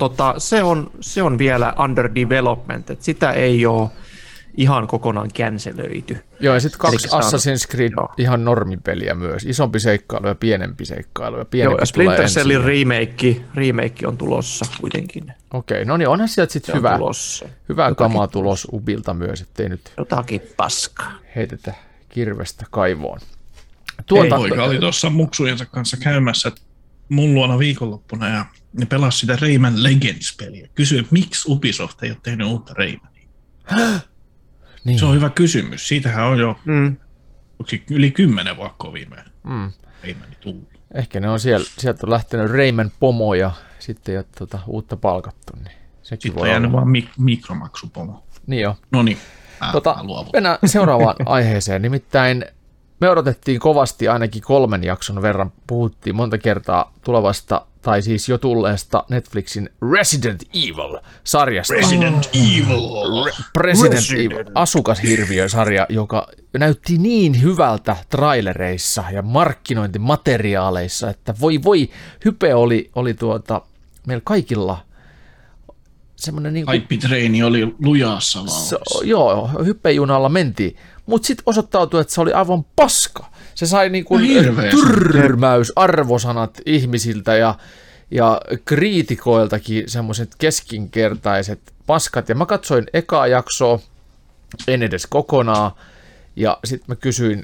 se on vielä under development, että sitä ei ole ihan kokonaan cancelöity. Joo, ja sitten 2 Assassin's Creed ihan normipeliä myös. Isompi seikkailu ja pienempi seikkailu. Ja ja Splinter Cellin remake on tulossa kuitenkin. Okei, no niin, onhan sieltä sitten hyvää kamaa tulos Ubilta myös, ettei nyt jotakin paskaa heitetä kirvestä kaivoon. Poika oli tuossa muksujensa kanssa käymässä mun luona viikonloppuna ja ne pelasi sitä Rayman Legends-peliä. Kysyi, miksi Ubisoft ei ole tehnyt uutta Raymania. Niin. Se on hyvä kysymys. Siitähän on jo yli 10 vuotta viimein Raymani tullut. Ehkä ne on sieltä on lähtenyt Rayman pomo ja sitten jo uutta palkattu. Niin sekin sitten on jäänyt vaan mikromaksupomo. Niin jo. No niin, mennään seuraavaan aiheeseen. Nimittäin me odotettiin kovasti ainakin 3 jakson verran. Puhuttiin monta kertaa tulevasta, tai siis jo tulleesta Netflixin Resident Evil-sarjasta. Resident Evil, asukashirviö-sarja, joka näytti niin hyvältä trailereissa ja markkinointimateriaaleissa, että voi, hype oli meillä kaikilla semmoinen niinku... Hype-treeni oli lujaassa vauhdissa. Joo, hyppejunalla mentiin. Mutta sitten osoittautui, että se oli aivan paska. Se sai niinku tyrmäysarvosanat ihmisiltä ja kriitikoiltakin semmoiset keskinkertaiset paskat. Ja mä katsoin ekaa jaksoa, en edes kokonaan. Ja sitten mä kysyin,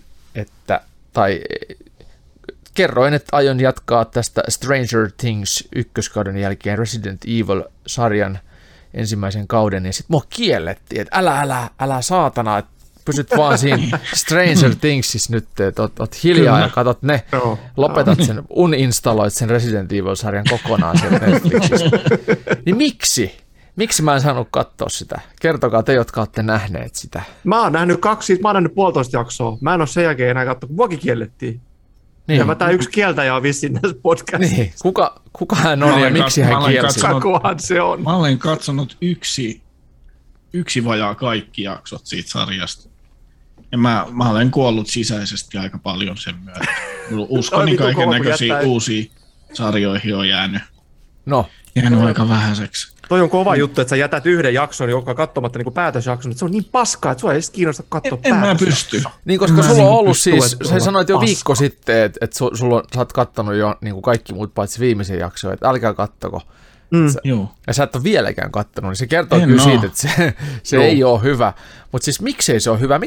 kerroin, että aion jatkaa tästä Stranger Things ykköskauden jälkeen Resident Evil-sarjan ensimmäisen kauden. Ja sitten mua kiellettiin, että älä saatana, että pysyt vaan siinä Stranger Thingsissa nyt, että oot hiljaa ja katot ne, lopetat sen, uninstalloit sen Resident Evil-sarjan kokonaan sieltä Netflixistä. Niin miksi mä en saanut katsoa sitä? Kertokaa te, jotka olette nähneet sitä. Mä oon nähnyt 1,5 jaksoa. Mä en ole sen jälkeen enää katsonut, kun muakin kiellettiin. Niin. Ja tää yksi kieltäjä on vissiin tässä podcastissa. Niin. Kuka hän on ja miksi hän kielsi? Kukahan se on? Mä olen katsonut yksi vajaa kaikki jaksot siitä sarjasta. Ja mä olen kuollut sisäisesti aika paljon sen myötä. Uskoni kaiken näköisiä uusia sarjoihin on jäänyt aika vähäiseksi. Toi on kova juttu, että sä jätät yhden jakson, joka katsomatta niin päätösjakson, että se on niin paskaa, että sua ei edes kiinnosta katsoa päätösjaksoa. En mä pysty. Niin, koska sulla on ollut siis, sä sanoit jo viikko sitten, että sä oot kattonut jo niin kuin kaikki muut paitsi viimeisen jakson, että älkää kattoko. Ja sä et ole vieläkään kattonut, niin se kertoo kyllä siitä, että se ei ole hyvä. Mutta siis miksei se ole hyvä?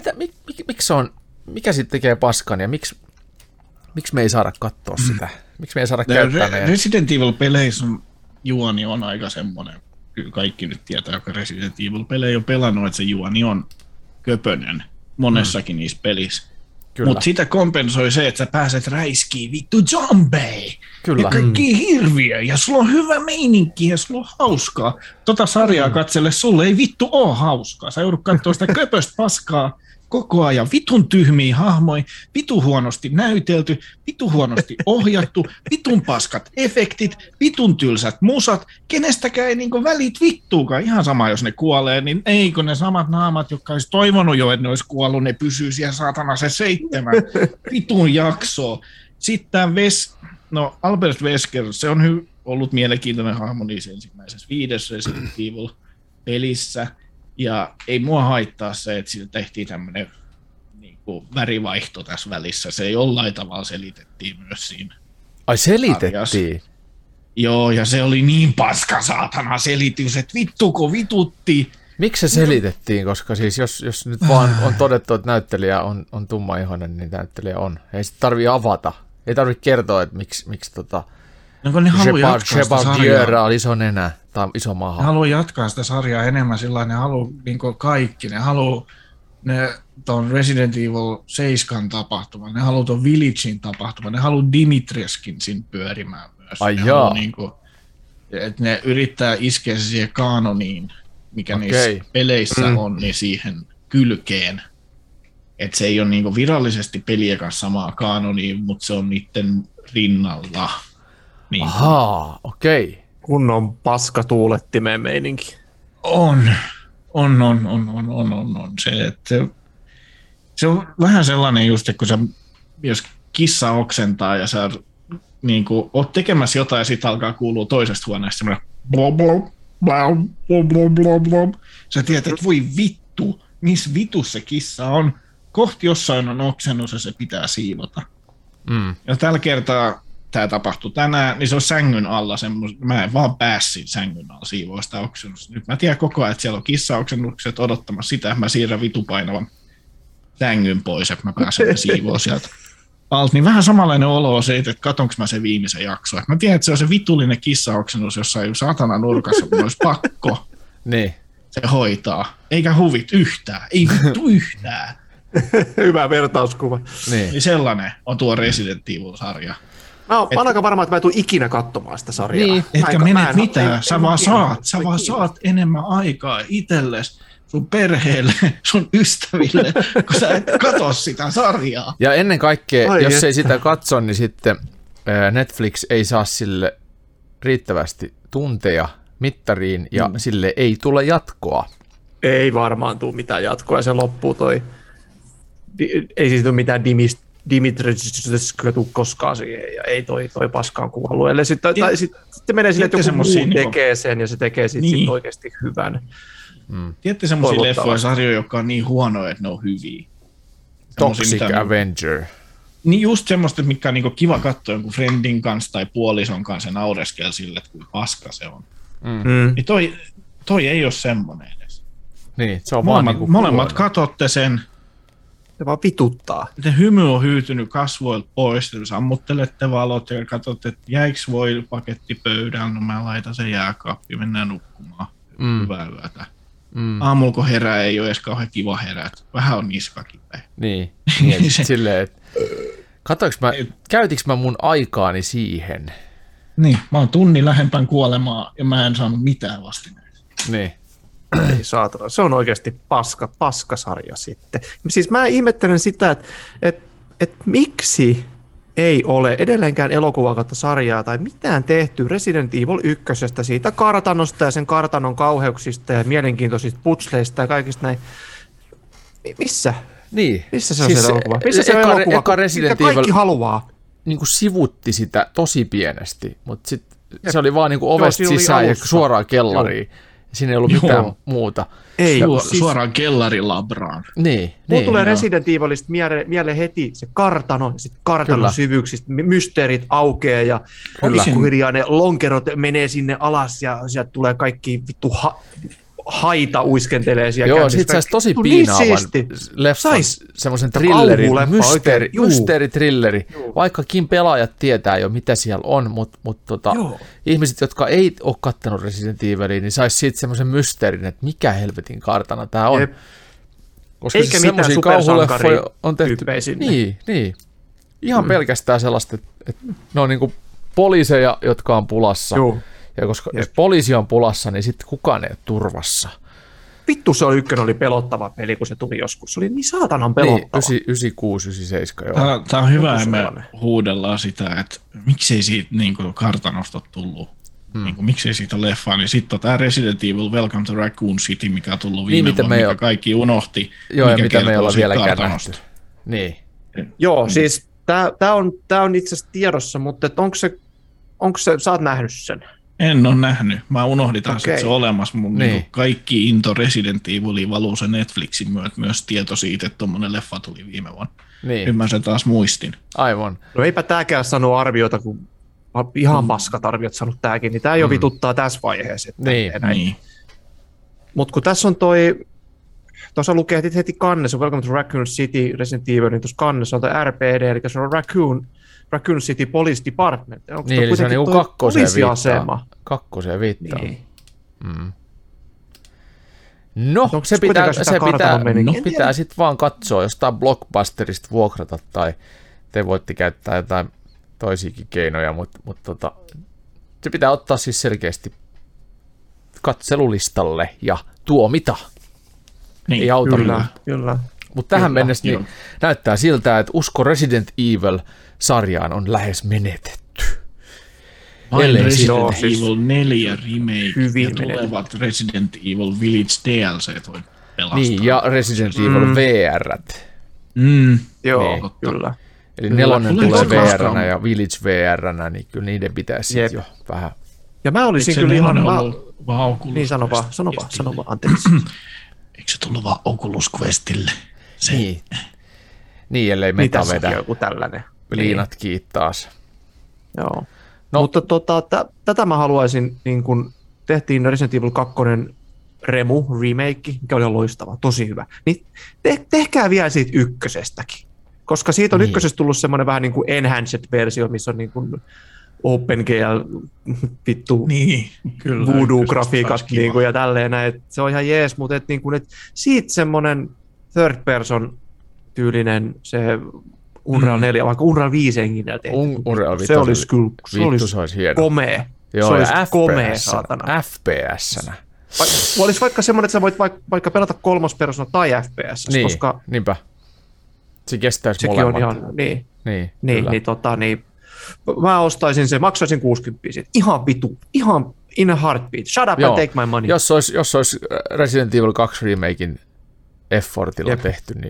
Mikä siitä tekee paskan ja miksi me ei saada katsoa sitä? Miksi me ei saada käyttää meidän... Resident Evil-peleissä juoni on aika semmoinen, kyllä kaikki nyt tietää, joka Resident Evil-pelejä on pelannut, että se juoni on köpönen monessakin niissä pelissä. Mutta sitä kompensoi se, että sä pääset räiskiin vittu zombie ja kaikki hirviö ja sulla on hyvä meininki ja sulla on hauskaa. Tota sarjaa katselle sulle ei vittu oo hauskaa. Sä joudut katsoa sitä köpöstä paskaa koko ajan. Vitun tyhmiä hahmoja, vitun huonosti näytelty, vitun huonosti ohjattu, vitun paskat efektit, vitun tylsät musat. Kenestäkään ei niinku välit vittuukaan. Ihan sama, jos ne kuolee, niin ei kun ne samat naamat, jotka olisi toivonut jo, että ne olisi kuollut, ne pysyy siellä saatana se 7 vitun jaksoa. Sitten Albert Wesker, se on ollut mielenkiintoinen hahmo niissä ensimmäisessä 5 Resident Evil-pelissä. Ja ei mua haittaa se, että siitä tehtiin tämmöinen niinku värivaihto tässä välissä. Se ei jollain tavalla selitettiin myös siinä. Ai selitettiin? Sarjassa. Joo, ja se oli niin paska saatana selitys, että vittuko vitutti. Miksi se selitettiin? Koska siis jos nyt vaan on todettu, että näyttelijä on tummaihoinen, niin näyttelijä on. Ei sit tarvii avata. Ei tarvitse kertoa, että miksi no, ne haluaa jatkaa sitä sarjaa. On iso nenä tai iso maha. Ne haluaa jatkaa sitä sarjaa enemmän sillä ne haluaa niin kaikki. Ne haluaa tuon Resident Evil 7 tapahtuman, ne haluaa tuon Villagein tapahtuman, ne haluaa Dimitreskin siinä pyörimään myös. Ai jaa. Että ne yrittää iskeä se siihen kanoniin, mikä niissä peleissä on, niin siihen kylkeen. Että se ei ole niin virallisesti pelien kanssa samaa kanoniin, mutta se on niiden rinnalla. Niin. Ahaa, okei. Kunnon paskatuulettimeen meininki. On. Se on vähän sellainen just, että jos kissa oksentaa ja sä niin kuin, oot tekemässä jotain ja sit alkaa kuulua toisesta huoneesta semmoinen blob, blob, blob, blob, blob, blob. Sä tiedät, että voi vittu, missä vitus se kissa on. Kohti jossain on oksennus ja se pitää siivota. Ja tällä kertaa tämä tapahtui tänään, niin se on sängyn alla mä en vaan päässyt sängyn alla siivoa sitä oksennusta. Nyt mä tiedän koko ajan, että siellä on kissaoksennukset odottamassa sitä, että mä siirrän vitupainavan sängyn pois, että mä pääsen siivoa sieltä alta. Niin vähän samanlainen olo on se, että katonko mä sen viimeisen jakson. Mä tiedän, että se on se vitullinen kissaoksennus jossain satana nurkassa, kun olisi pakko se hoitaa. Eikä huvit yhtään, ei vittu yhtään. Hyvä vertauskuva. Niin sellainen on tuo Resident Evil-sarja. Mä oon aika varma, että mä en tule ikinä katsomaan sitä sarjaa. Niin, etkä menet mitään. Sä vaan saat enemmän aikaa itsellesi, sun perheelle, sun ystäville, kun sä et katso sitä sarjaa. Ja ennen kaikkea, jos ei sitä katso, niin sitten Netflix ei saa sille riittävästi tunteja mittariin ja sille ei tule jatkoa. Ei varmaan tule mitään jatkoa ja se loppuu toi. Ei siis tule mitään Dimitrescu tuu koskaan siihen, ja ei toi paskaan kuvallueelle. Sitten menee silleen, että joku muu tekee sen, ja se tekee sitten oikeasti hyvän. Tiedätte semmoisia leffoja sarjoja, jotka on niin huonoja, että ne on hyviä. Toxic Avenger. Niin just semmoista, mikä on niinku kiva katsoa jonkun friendin kanssa tai puolison kanssa naureskella sille, että kuin paska se on. Niin toi ei ole semmoinen edes. Niin, se on vaan niinku molemmat katsotte sen. Se vaan vituttaa. Se hymy on hyytynyt kasvoilta pois, te sammuttelette valot ja katsotte, että jäikö voi paketti pöydällä, no mä laitan sen jääkaappiin, mennään nukkumaan. Hyvää yötä. Aamulla kun herää ei ole edes kauhean kiva herää, vähän on niska kipeä. Niin silleen, että käytinkö mä mun aikaani siihen? Niin, mä oon tunnin lähempään kuolemaa ja mä en saanut mitään vastineita. Niin. Ei saatana, se on oikeasti paskasarja sitten. Siis mä ihmettelen sitä, että miksi ei ole edelleenkään elokuvaa kautta sarjaa tai mitään tehty Resident Evil 1 siitä kartanosta ja sen kartanon kauheuksista ja mielenkiintoisista putsleista ja kaikista näin. Missä? Niin. Missä se on siis se elokuva? Missä se on elokuva, mitä kaikki haluaa? Niin kuin sivutti sitä tosi pienesti, mutta sitten se oli vaan niin kuin ovesta sisään ja suoraan kellariin. Siinä ei ollut mitään muuta. Ei, suoraan kellarilabraan. Niin. Mulla tulee Resident Evilista mieleen heti se kartano, ja sitten kartanon syvyyksistä mysteerit aukeaa ja pikkuhiljaa ne lonkerot menee sinne alas ja sieltä tulee kaikki vittu haita uiskentelee siellä. Joo, sit saisi tosi piinaavan leffan, semmoisen thrillerin, mysteeritrilleri, vaikkakin pelaajat tietää jo mitä siellä on, mutta ihmiset, jotka ei ole kattanut Resident Evilia, niin saisi siitä semmoisen mysteerin, että mikä helvetin kartana tämä on. Koska eikä mitään supersankaria on tehty. Niin. Ihan pelkästään sellaista, että ne on niinku poliiseja, jotka on pulassa. Ja koska jos poliisi on pulassa, niin sitten kukaan ei ole turvassa. Vittu, se oli pelottava peli, kun se tuli joskus. Se oli niin saatanan pelottava. Niin, 96, 97, joo. Tämä on hyvä, että me huudellaan sitä, että miksei siitä niin kuin kartanosta tullut. Niin kuin, miksei siitä ole leffaa, niin sitten tämä Resident Evil Welcome to Raccoon City, mikä on tullut viime vuonna, mikä kaikki unohti. Joo, ja mitä me ei olla vieläkään nähty. Niin. Joo, siis tämä on itse asiassa tiedossa, mutta onko se, sä oot nähnyt sen? En ole nähnyt. Mä unohdin taas, että se on olemassa. Mun niin kaikki into Resident Eviliin valuu se Netflixin myötä myös tieto siitä, että tommonen leffa tuli viime vuonna. Niin. Nyt mä sen taas muistin. Aivan. No eipä tääkään sano arviota, kun ihan paskat arviot sanonut tääkin, niin tää jo vituttaa tässä vaiheessa. Niin. Mutta kun tässä on tuossa lukee heti kannessa, Welcome to Raccoon City, Resident Evil, niin tuossa kannessa on toi RPD, eli se on Raccoon City Police Department. Onko niin, eli se on niin kakkoseen viittaa. Niin. No, se pitää sitten vaan katsoa, jostain Blockbusterista vuokrata, tai te voitte käyttää jotain toisiakin keinoja, mutta se pitää ottaa siis selkeästi katselulistalle ja tuomita. Niin, ei auta kyllä. Mutta tähän mennessä niin näyttää siltä, että usko Resident Evil-sarjaan on lähes menetetty. Resident Evil 4 remake ja tulevat Resident Evil Village DLC voi pelastaa. Niin, ja Resident Evil VR-t. Joo, niin. Kyllä. Eli 4 tulee VR-nä ja Village VR-nä, niin kyllä niiden pitäisi sitten jo vähän. Ja mä olisin kyllä ihan niin, sano vaan, anteeksi. Eikö se tullut vaan Oculus Questille? Niin, ellei meta vedä. Joku tällainen. Liinat kiittaas. Joo. No. Mutta tätä mä haluaisin, niin kun tehtiin Resident Evil 2 remake, mikä oli loistava, tosi hyvä. Niin tehkää vielä siitä ykkösestäkin. Koska siitä on ykkösestä tullut semmoinen vähän niin kuin enhanced-versio, missä on niin kuin OpenGL, vittu, voodoo-grafiikat niin ja tälleen näin. Se on ihan jees, mutta niin kuin, siitä semmoinen third person tyylinen se Unreal 4, vaikka Unreal 5 enginä tehty. Se olisi kyllä komea. Joo, se olisi komea, saatana. FPS-nä. Olisi vaikka semmoinen, että sä voit vaikka pelata kolmospersona tai FPS, niin, koska niinpä. Se kestäisi sekin molemmat. On ihan, niin, mä ostaisin sen, maksaisin 60 siitä. Ihan vitu, ihan in a heartbeat. Shut up and take my money. Jos olisi Resident Evil 2 remakein effortilla tehty, niin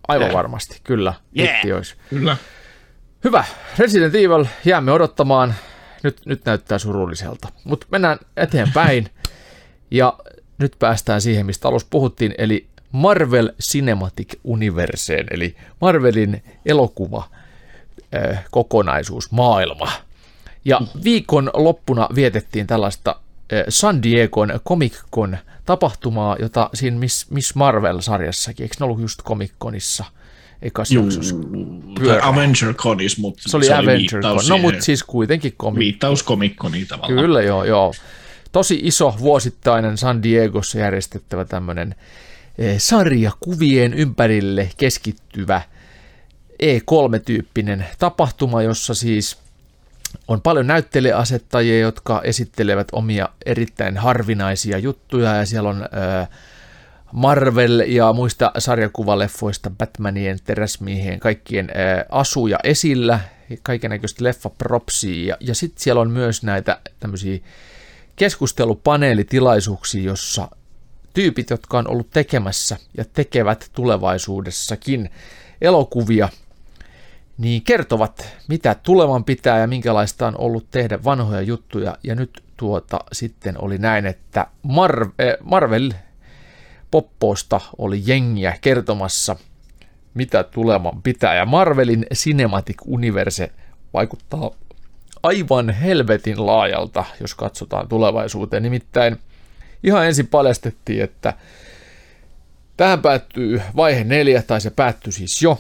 Aivan varmasti, kyllä. Olisi. Kyllä. Hyvä. Resident Evil, jäämme odottamaan. Nyt näyttää surulliselta. Mutta mennään eteenpäin. Ja nyt päästään siihen, mistä alussa puhuttiin, eli Marvel Cinematic Universeen, eli Marvelin elokuva kokonaisuus, maailma. Ja viikon loppuna vietettiin tällaista San Diegon Comic-Con tapahtumaa, jota siinä Miss Marvel-sarjassakin, eikö ne ollut just Comic-Conissa ekas jaksossa? Avenger Conis, mutta se oli Avenger Con. No, mutta siis kuitenkin viittaus Comic-Coniin tavallaan. Kyllä, joo. Tosi iso vuosittainen San Diegossa järjestettävä tämmöinen sarjakuvien ympärille keskittyvä E3-tyyppinen tapahtuma, jossa siis on paljon näyttelijäasettajia, jotka esittelevät omia erittäin harvinaisia juttuja, ja siellä on Marvel ja muista sarjakuvaleffoista, Batmanien, Teräsmiehien, kaikkien asuja esillä, kaikennäköistä leffapropsia, ja sitten siellä on myös näitä tämmöisiä keskustelupaneelitilaisuuksia, jossa tyypit, jotka on ollut tekemässä ja tekevät tulevaisuudessakin elokuvia, niin kertovat, mitä tulevan pitää ja minkälaista on ollut tehdä vanhoja juttuja. Ja nyt sitten oli näin, että Marvel Poppoosta oli jengiä kertomassa, mitä tulevan pitää. Ja Marvelin Cinematic Universe vaikuttaa aivan helvetin laajalta, jos katsotaan tulevaisuuteen. Nimittäin ihan ensin paljastettiin, että tähän päättyy vaihe 4, tai se päättyi siis jo.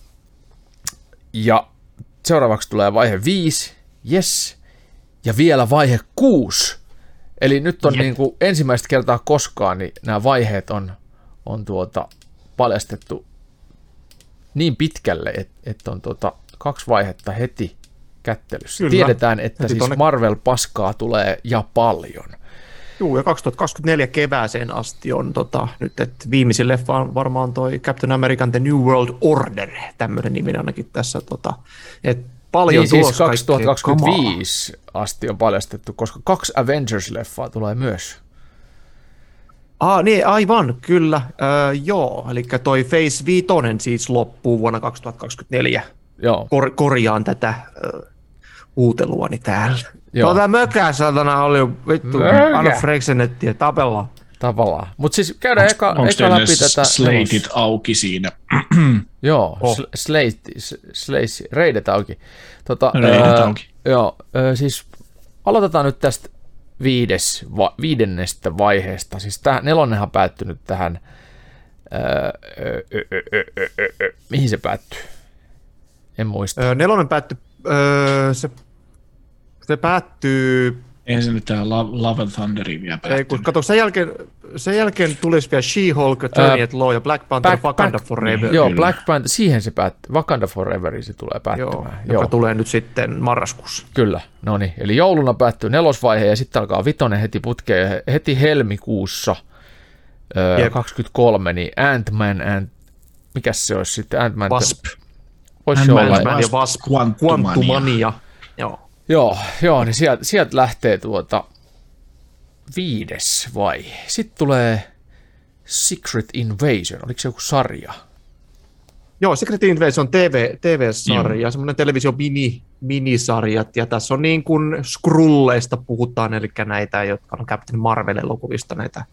Ja seuraavaksi tulee vaihe 5, yes, ja vielä vaihe 6. Eli nyt on niin kuin ensimmäistä kertaa koskaan, niin nämä vaiheet on paljastettu niin pitkälle, että on 2 vaihetta heti kättelyssä. Kyllä. Tiedetään, että siis Marvel-paskaa tulee ja paljon. Joo, ja 2024 kevääseen asti on nyt, että viimeisin leffa on varmaan toi Captain American The New World Order, tämmöinen nimi ainakin tässä, että paljon niin siis 2025 asti on paljastettu, koska 2 Avengers-leffaa tulee myös. Niin, aivan, kyllä, joo, eli toi Phase 5 siis loppuu vuonna 2024. Joo. Korjaan tätä uuteluani täällä. Tuota mökää satana oli vittu, anna Frexenettiä, tapellaan. Mutta siis käydään eka läpi tätä. Sleitit auki siinä. Joo, reidet auki. Auki. Joo, siis aloitetaan nyt tästä 5. vaiheesta. Siis tämä 4 on päättynyt tähän, mihin se päättyy? En muista. 4 päättyy, se päättyy... Eihän se nyt tähän Love and Thunderiin vielä päättynyt. Ei, kato, sen jälkeen tulisi vielä She-Hulk, Attorney at Law ja Black Panther, Wakanda Forever. Joo, Black Panther, siihen se päättyy. Wakanda Forever se tulee päättymään. Joo, joka tulee nyt sitten marraskuussa. Kyllä, no niin. Eli jouluna päättyy 4. vaihe ja sitten alkaa 5 heti putkeen. Heti helmikuussa 23, niin Ant-Man mikäs se olisi sitten? Ant-Man. Wasp. Voisi olla. Ant-Man ja Wasp. Quantumania. Joo, niin sieltä lähtee 5. vaihe. Sitten tulee Secret Invasion. Oliko se joku sarja? Joo, Secret Invasion on TV-sarja, semmoinen televisio-minisarjat, ja tässä on niin kuin Skrulleista puhutaan, eli näitä, jotka on Captain Marvel-elokuvista, näitä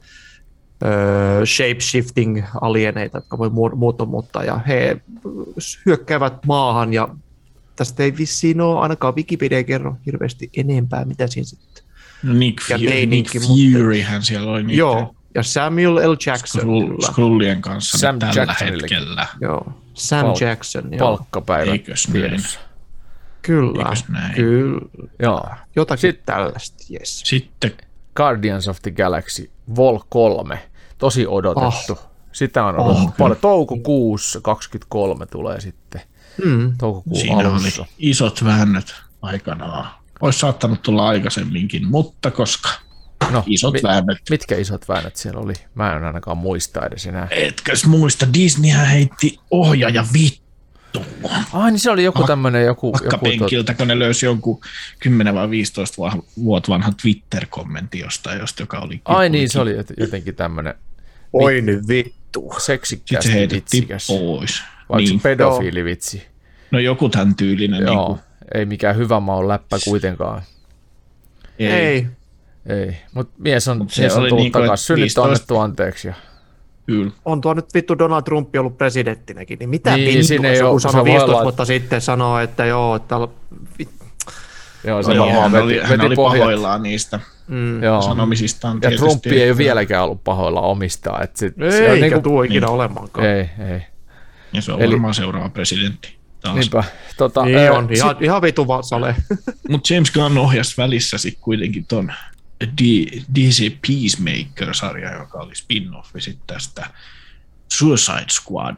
shape-shifting-alieneita, jotka voi muuttaa, ja he hyökkäävät maahan, ja tästä ei vissiin ole, ainakaan Wikipedia kerro hirveästi enempää, mitä siinä sitten. No Nick Furyhän siellä oli. Joo, ja Samuel L. Jackson. Skrullien kanssa Sam tällä hetkellä. Joo, Sam Jackson. Palkkapäivä. Eikös näin? Kyllä. Joo. Jotakin tällaista, yes. Sitten Guardians of the Galaxy Vol 3, tosi odotettu. Sitä on odotettu paljon. Toukokuussa 23 tulee sitten. Toukokuun siinä alussa. Oli isot väännöt aikanaan. Olisi saattanut tulla aikaisemminkin, mutta koska isot väännöt. Mitkä isot väännöt siellä oli? Mä en ainakaan muista edes enää. Etkäs muista, Disneyhän heitti ohjaaja vittua. Niin se oli joku tämmönen penkiltä, kun ne löysi jonkun 10 vai 15 vuotta vanhan Twitter-kommentti jostain, joka oli... Niin se oli jotenkin tämmönen... Oi nyt vittu. Seksikkäästi vitsikäs. Pois. Vai onko se pedofiilivitsi? No joku tämän tyylinen. Joo, niin kuin... ei mikään hyvä maun läppä kuitenkaan. Ei. Mutta mies on tullut niin takaisin. Synnit on annettu anteeksi. Kyllä. On tuo nyt vittu Donald Trump ollut presidenttinäkin, niin mitä vittua, joku sanoi 15 vuotta sitten sanoo, että joo, että... Joo, hän oli pahoillaan niistä sanomisistaan. Ja Trump ei ole vieläkään ollut pahoillaan omistaa. Ei, eikä tuo ikinä olemaankaan. Ei. Ja se on varmaan seuraava presidentti. Niinpä. Niin on, ihan vitu vasale. Mutta James Gunn ohjasi välissä sitten kuitenkin ton DC Peacemaker-sarja, joka oli spin-offi sitten tästä Suicide Squad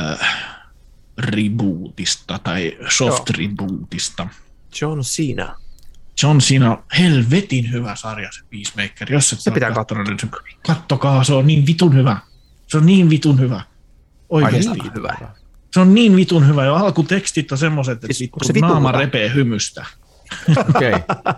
rebootista tai soft rebootista. John Cena, helvetin hyvä sarja se Peacemaker. Jos se pitää katsoa. Kattokaa, se on niin vitun hyvä. Se on niin vitun hyvä. Oikeasti hyvä. Se on niin vitun hyvä. Jo alkutekstit on semmoiset, että naama repee hymystä. Okei.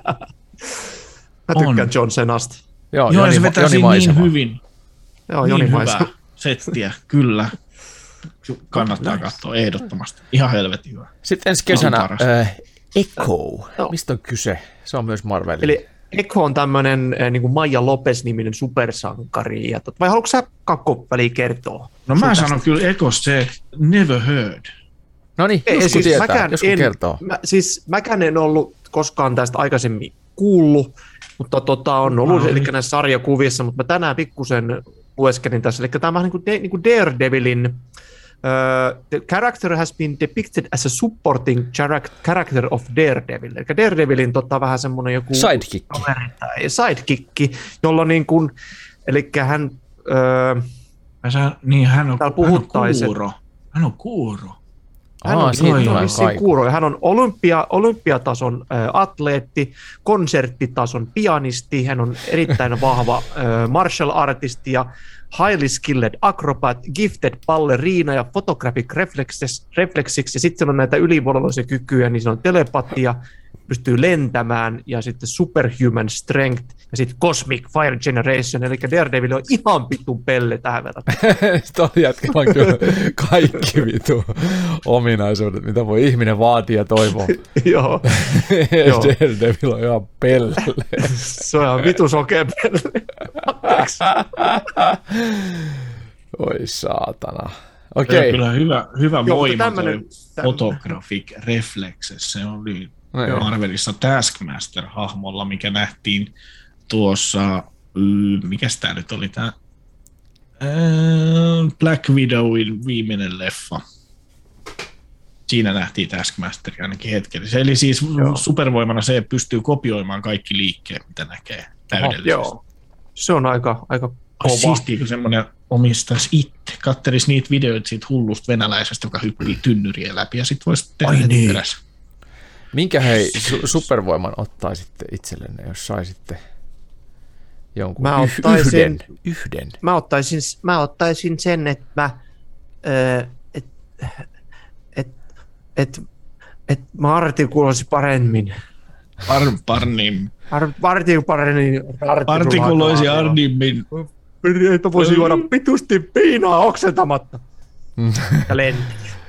Mä tykkään John Cenasta. Joo, se vetää siinä niin hyvin. Joo, niin hyvää settiä, kyllä. Kannattaa katsoa ehdottomasti. Ihan helvetin hyvä. Sitten ensi kesänä Echo. Mistä on kyse? Se on myös Marvelin. Eli Echo on tämmöinen niin kuin Maija Lopez-niminen supersankari. Vai haluatko sä kakkoväliä kertoa? No mä sanon kyllä Echosta se Never Heard. No niin, joskus tietää, joskus kertoo. Mäkään en ollut koskaan tästä aikaisemmin kuullut, mutta on ollut eli näissä sarjakuvissa, mutta mä tänään pikkusen lueskelin tässä. Eli tämä on niin kuin Daredevilin the character has been depicted as a supporting character of Daredevil. Eli Daredevilin vähän semmoinen joku... Sidekick, jolla niin kuin... Eli hän... hän on kuuro. Hän on kuuro. Hän on kuuro. Hän on olympiatason atleetti, konserttitason pianisti, hän on erittäin vahva martial artisti ja highly skilled acrobat, gifted ballerina ja photographic reflexes. Ja sitten on näitä ylivoimaisia kykyjä, niin se on telepatia, pystyy lentämään ja sitten superhuman strength ja sitten cosmic fire generation. Eli Daredevil on ihan vitun pelle tähän verrattuna. Tuo jätkällä on kyllä kaikki vitun ominaisuudet, mitä voi ihminen vaatia ja toivoa. Joo. Daredevil on ihan pelle. Se on ihan vitu sokea pelle. Oi saatana. Okei. Kyllä hyvä voima toi photographic reflexes. Se oli Marvelissa Taskmaster-hahmolla, mikä nähtiin tuossa, mikäs tää nyt oli tää? Black Widowin viimeinen leffa. Siinä nähtiin Taskmaster ainakin hetkellisesti. Eli siis supervoimana se pystyy kopioimaan kaikki liikkeet, mitä näkee täydellisesti. Joo. Se on aika kova. Siistiä, kun semmoinen omistaisi itse. Kattelisi niitä videoita siitä hullusta venäläisestä, joka hyppii tynnyriä läpi ja sitten voisi tehdä perässä. Minkä supervoiman ottaisitte itsellenne, jos saisitte jonkun yhden? Mä ottaisin sen, että mä artikuloisin paremmin. Artikuloisi arnimmin. Että voisi juoda pitusti piinaa oksentamatta. Ja lentää.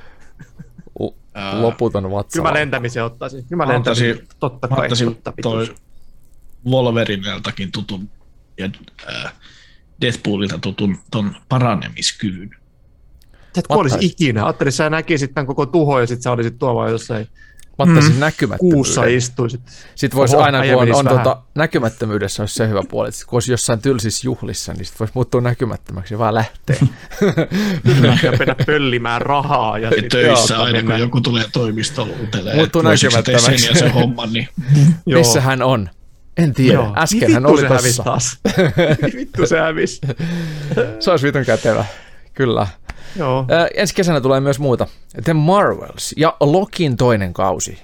Loputon vatsa. Kyllä mä lentämisen ottaisin. Totta kai. Toi Wolverineltakin tutun ja Deathpoolilta tutun ton paranemiskyvyn. Sä et kuolisi ikinä. Ajattelin, sä näkisit tämän koko tuho ja sit sä olisit tuolla jossain mä ottaisin näkymättömyyden. Kuussa istuisit. Sitten voisi aina, kun on näkymättömyydessä, olisi se hyvä puoli, että kun olisi jossain tylsissä juhlissa, niin sitten voisi muuttua näkymättömäksi ja vaan lähteä. Ja mennä pöllimään rahaa. Ja töissä aina, kun joku tulee toimistolle uteleen, muuttuu näkymättömäksi. Sen homman, niin... Missä hän on? En tiedä. Äsken hän oli tossa. Vittu se hävisi. Se olisi vitun kätevä. Kyllä. Joo. Ensi kesänä tulee myös muuta. The Marvels ja Lokin toinen kausi.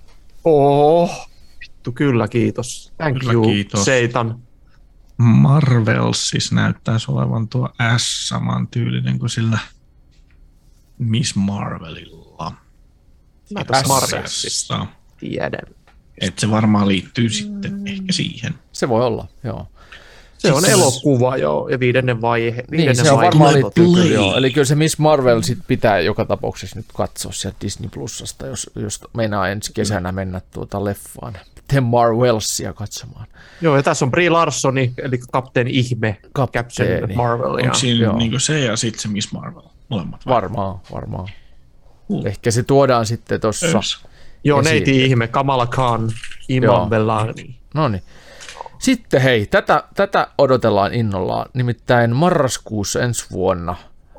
Vittu kyllä, kiitos. Thank kyllä, you, kiitos. Seitan. Marvels siis näyttäisi olevan tuo S saman tyylinen kuin sillä Miss Marvelilla. Mä tässä Marvelsista tiedän. Että se varmaan liittyy sitten ehkä siihen. Se voi olla, joo. Se on elokuva jo, ja viidennen vaihe. Niin, se on varmaan liittyy kyllä, joo. Eli kyllä se Miss Marvel sit pitää joka tapauksessa nyt katsoa sieltä Disney Plusasta, jos meinaa ensi kesänä mennä leffaan. The Marvelsia katsomaan. Joo, ja tässä on Brie Larsoni, eli Kapteeni Ihme, Captain Marvel. Onko siinä niin se ja sitten se Miss Marvel? Molemmat varmaan. Ehkä se tuodaan sitten tuossa. Joo, Neiti Ihme, Kamala Khan, Iman Bellani. No niin. Sitten hei, tätä odotellaan innollaan. Nimittäin marraskuussa ensi vuonna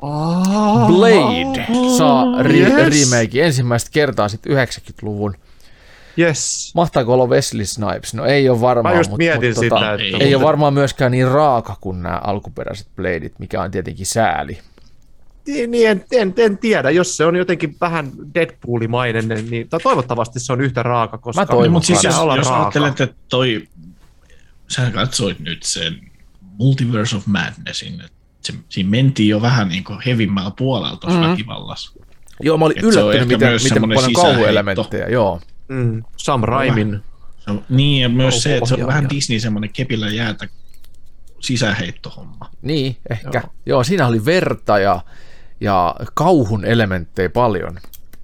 Blade saa remake ensimmäistä kertaa sitten 90-luvun. Yes. Mahtaako olla Wesley Snipes? No ei ole varmaan, mutta ei ole varmaan myöskään niin raaka kuin nämä alkuperäiset Bladeit, mikä on tietenkin sääli. Niin, en tiedä, jos se on jotenkin vähän Deadpoolimainen, niin toivottavasti se on yhtä raaka, koska mä toivon, mutta siis jos ajattelet, että sä katsoit nyt sen Multiverse of Madnessin, että siinä mentiin jo vähän niin kuin hevimmällä puolella tuossa väkivallassa. Joo, mä olin yllättynyt, miten paljon kauhuelementtejä, joo. Sam Raimin. Niin, ja myös se, että se on vähän Disney semmoinen kepillä jäätä sisäheittohomma. Niin, ehkä. Joo, siinä oli verta ja kauhun elementtejä paljon.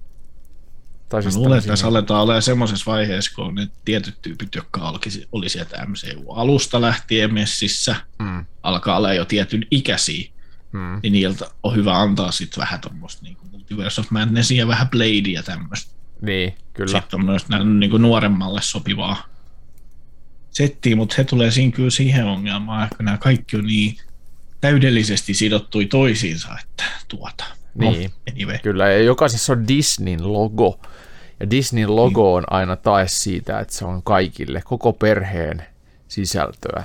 Tai siis luulen, että tässä aletaan olemaan semmoisessa vaiheessa, kun on ne tietyt tyypit, jotka oli sieltä MCU-alusta lähtien messissä, alkaa olla jo tietyn ikäisiä, niin niiltä on hyvä antaa sitten vähän tuommoista niin kuin Multiverse of Madnessia ja vähän Bladea ja tämmöistä. Niin, kyllä. Sitten on myös niin kuin nuoremmalle sopivaa settiä, mutta he tulee siinä kyllä siihen ongelmaan, että nämä kaikki on niin täydellisesti sidottui toisiinsa, että Niin, kyllä, ja jokaisessa on Disneyn logo, ja Disneyn logo on aina tae siitä, että se on kaikille, koko perheen sisältöä.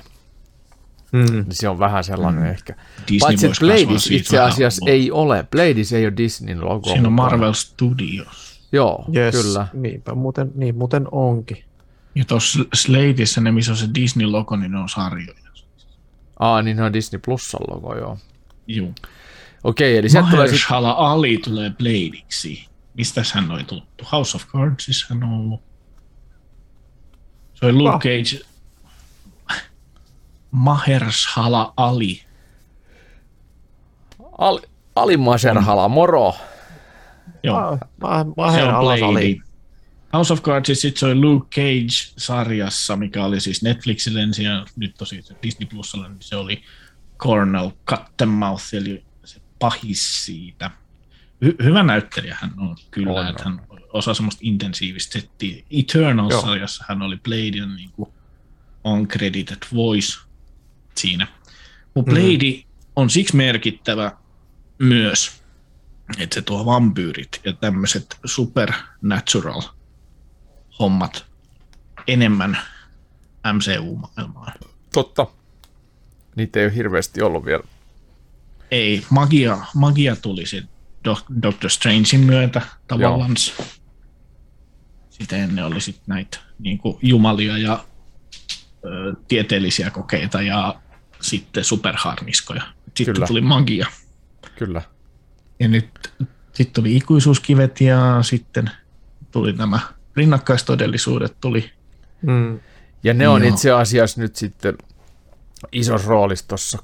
Se on vähän sellainen ehkä. Disney paitsi että Bladis itse asiassa ei ole. Bladis ei ole Disneyn logo. Siinä on Marvel Studios. Joo, kyllä. Niinpä muuten onkin. Ja tuossa Sladeissa ne, missä on se Disney-logo, niin ne on sarjoja. Niin ne on Disney Plusan logo, joo. Joo. Okei, eli sieltä tulee Mahershala Ali tulee Bladeiksi. Mistäs hän oli tuttu? House of Cardsissa hän on ollut. Se oli Luke Cage. Mahershala Ali. Ali Mahershala, moro. Joo. Mahershala Ali. House of Cards, sitten se oli Luke Cage-sarjassa, mikä oli siis Netflixille ensin, ja nyt tosiaan Disney Plusalla, niin se oli Cornel Cottonmouth, eli se pahis siitä. Hyvä näyttelijä hän on kyllä, että hän osaa semmoista intensiivistä settiä. Eternal-sarjassa hän oli Bladein niin kuin on-credited voice siinä. Mutta Blade on siksi merkittävä myös, että se tuo vampyyrit ja tämmöiset supernatural hommat enemmän MCU-maailmaan. Totta. Niitä ei ole hirveästi ollut vielä. Ei, magia tuli sitten Doctor Strangein myötä tavallaan. Sitten ennen oli sitten näitä niin kuin jumalia ja tieteellisiä kokeita ja sitten superharniskoja. Sitten tuli magia. Kyllä. Ja nyt sitten tuli ikuisuuskivet ja sitten tuli nämä rinnakkaistodellisuudet tuli. Ja ne on itse asiassa nyt sitten isossa roolissa tuossa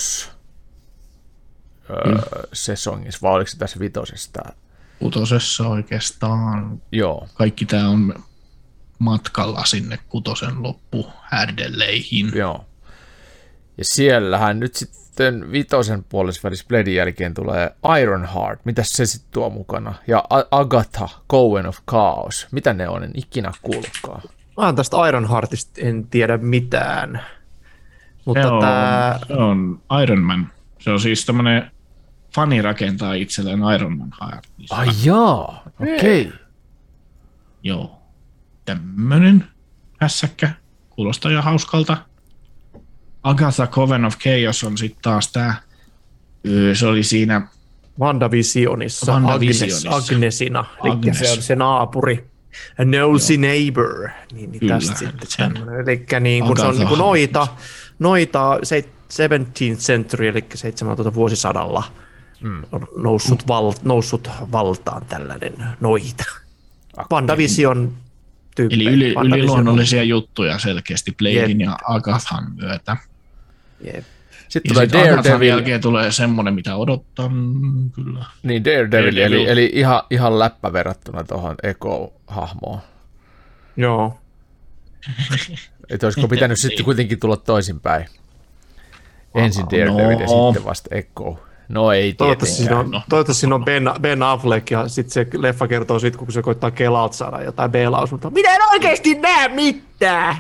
sesongissa, vai oliko se tässä vitosessa? Kutosessa oikeastaan. Joo. Kaikki tämä on matkalla sinne kutosen loppuhärdelleihin. Joo. Ja siellähän nyt sitten vitosen puolesvälis Bladein jälkeen tulee Ironheart. Mitäs se sitten tuo mukana? Ja Agatha, Coven of Chaos. Mitä ne on? En ikinä kuullutkaan. Tästä Ironheartista en tiedä mitään. Mutta se on Iron Man. Se on siis tämmöinen fani rakentaa itselleen Iron Man Heart. Ai jaa, okei. Okay. Joo. Tämmönen hässäkkä. Kuulostaa jo hauskalta. Agatha Coven of Chaos on sitten taas tää. Se oli siinä WandaVisionissa. Agnesina. Eli se on se naapuri. A nosy neighbor. Niin tästä sitten tämmönen. Eli niin kun se on niin noita 17th century, eli 17. vuosisadalla on noussut valtaan tällainen noita. WandaVision tyyppejä. Eli yliluonnollisia juttuja selkeästi Bladein ja Agathan myötä. Jep. Sitten tulee Daredevil. Jälkeen tulee semmoinen, mitä odottan kyllä. Niin, Daredevil, eli ihan läppä verrattuna tuohon Echo-hahmoon. Joo. Että olisiko pitänyt sitten kuitenkin tulla toisinpäin. Ensin Daredevil ja sitten vasta Echo. No ei tietenkään. Toivottavasti siinä on Ben Affleck ja sitten se leffa kertoo siitä, kun se koittaa Kelalta saada jotain B-lausuntoa. Minä en oikeasti näe mitään!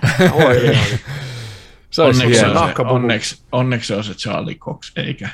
Onneksi se on se Charlie Cox, eikä.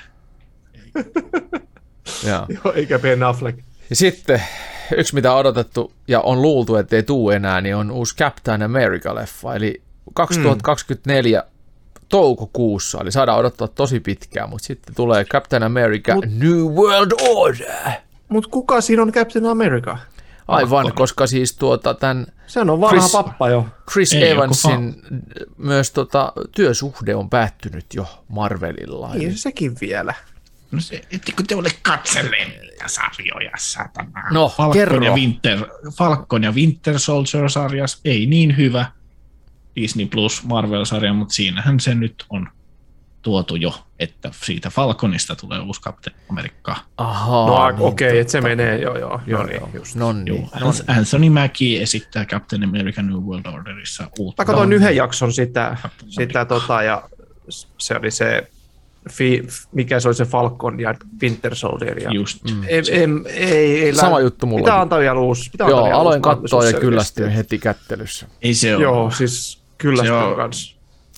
Joo, eikä Ben Affleck. Ja sitten yksi, mitä on odotettu ja on luultu, että ei tule enää, niin on uusi Captain America-leffa. Eli 2024 toukokuussa, eli saadaan odottaa tosi pitkään, mutta sitten tulee Captain America New World Order. Mutta kuka siinä on Captain America? Aivan, koska siis tämän... Se on vanha pappa jo. Chris Evansin myös työsuhde on päättynyt jo Marvelilla. Niin, sekin vielä. No se, ettekö te ole katselleet niitä sarjoja, satana? No, Falcon ja Winter Soldier-sarjas ei niin hyvä Disney Plus Marvel-sarja, mutta siinähän se nyt on tuotu jo, että siitä Falconista tulee uusi Captain America. Ahaa. No okei, että se menee, joo. Anthony Mackie esittää Captain America New World Orderissa uutta. Mä katsoin yhden jakson sitä ja se oli se, mikä se oli se Falcon ja Winter Soldier. Ja just. Ei sama juttu mulla. Pitää antaa vielä uusi. Joo, aloin katsoa ja kyllästyin heti kättelyssä. Ei se ole. Joo, siis kyllästyin kanssa.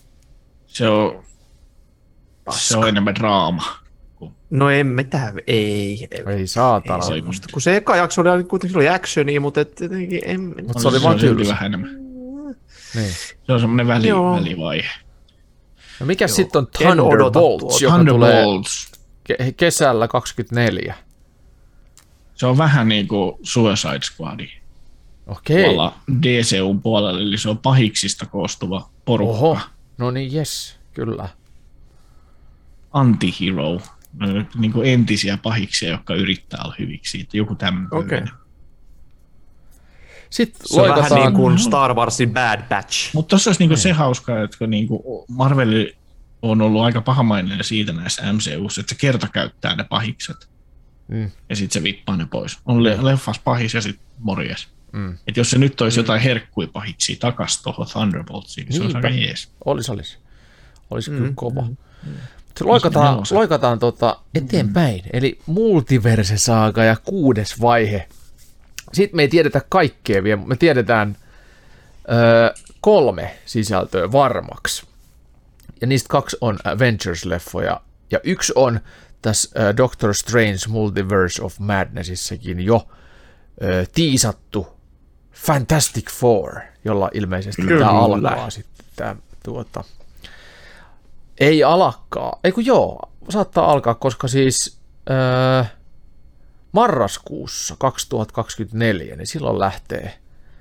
Se on enemmän draama. No ei saatana. Kun se eka jakso oli kuitenkin oli actionia, mutta se oli vaan tylsä. Vähän enemmän. Niin. Se on semmoinen välivaihe. No mikä sitten on Thunderbolts, joka tulee kesällä 2024? Se on vähän niin kuin Suicide Squad. Okei. DCUn puolella, eli se on pahiksista koostuva porukka. Oho, no niin jes, kyllä. Anti-hero, niin kuin entisiä pahiksia, jotka yrittää olla hyviksi. Joku tämmöinen. Okay. Sitten se on vähän niin kuin Star Warsin Bad Batch. Mutta tuossa olisi niinku se hauskaa, että niinku Marvel on ollut aika pahamainen siitä näissä MCU:ssa, että se kerta käyttää ne pahikset. Ja sitten se vippaa ne pois. On leffas pahis ja sitten morjes. Että jos se nyt olisi jotain herkkui pahiksi takaisin tuohon Thunderboltsiin, niin se olisi aika jees. Olisi kyllä kova. Loikataan eteenpäin, eli Multiverse-saaga ja 6. vaihe. Sitten me ei tiedetä kaikkea vielä, mutta me tiedetään 3 sisältöä varmaksi. Ja niistä 2 on Avengers-leffoja, ja 1 on tässä Doctor Strange Multiverse of Madnessissakin jo tiisattu Fantastic Four, jolla ilmeisesti tämä alkaa sitten. Ei alakaan, saattaa alkaa, koska siis marraskuussa 2024, niin silloin lähtee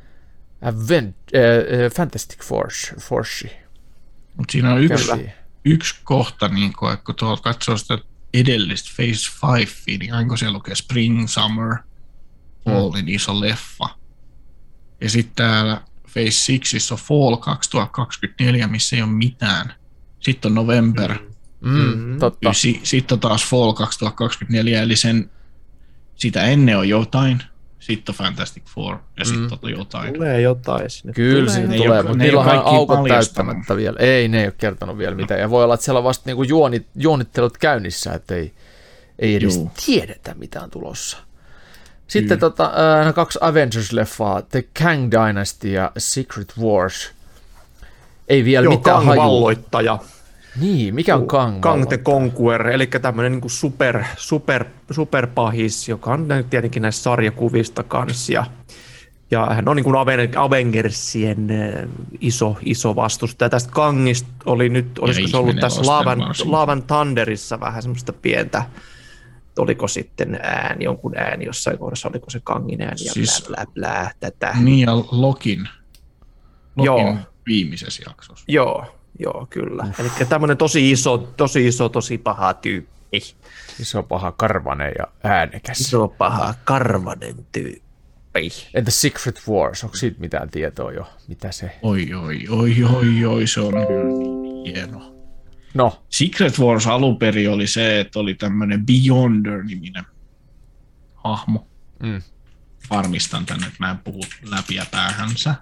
Fantastic Force. Mutta siinä on yksi kohta, niin kun tuolta katsoo sitä edellistä Phase 5, niin aina se lukee Spring, Summer, Fall, niin iso leffa. Ja sitten täällä Phase 6 on Fall 2024, missä ei ole mitään. Sitten on November. Totta. Sitten on taas Fall 2024, eli sitä ennen on jotain. Sitten on Fantastic Four ja sitten on jotain. Tulee jotain sinne. Kyllä sinne tulee, mutta niillä on aukot täyttämättä vielä. Ei, ne ei ole kertonut vielä mitään. Ja voi olla, että siellä on vasta niinku juonittelut käynnissä, että ei edes tiedetä, mitä on tulossa. Sitten 2 Avengers-leffaa, The Kang Dynasty ja Secret Wars. Ei vielä mitään hajua. Valloittaja. Niin, mikä on Kang? Kang the Conqueror, eli tämmöinen niin superpahis, joka on tietenkin näissä sarjakuvista kanssa. Ja hän on niin kuin Avengersien iso vastustaja. Tästä Kangista oli nyt, olisiko se ollut tässä Love and Thunderissa vähän semmoista pientä, oliko sitten jonkun ääni jossain kohdassa, oliko se Kangin ääni ja siis, blä, tätä. Niin ja Lokin viimeisessä jaksossa. Joo, kyllä. Eli tämmöinen tosi iso, tosi paha tyyppi. Iso, paha, karvanen ja äänekäs. Iso, paha, karvanen tyyppi. Entä Secret Wars? Onko siitä mitään tietoa jo? Mitä se? Oi, se on kyllä hieno. No. Secret Wars alunperin oli se, että oli tämmöinen Beyonder-niminen hahmo. Varmistan tänne, että mä en puhu läpi ja päähänsä.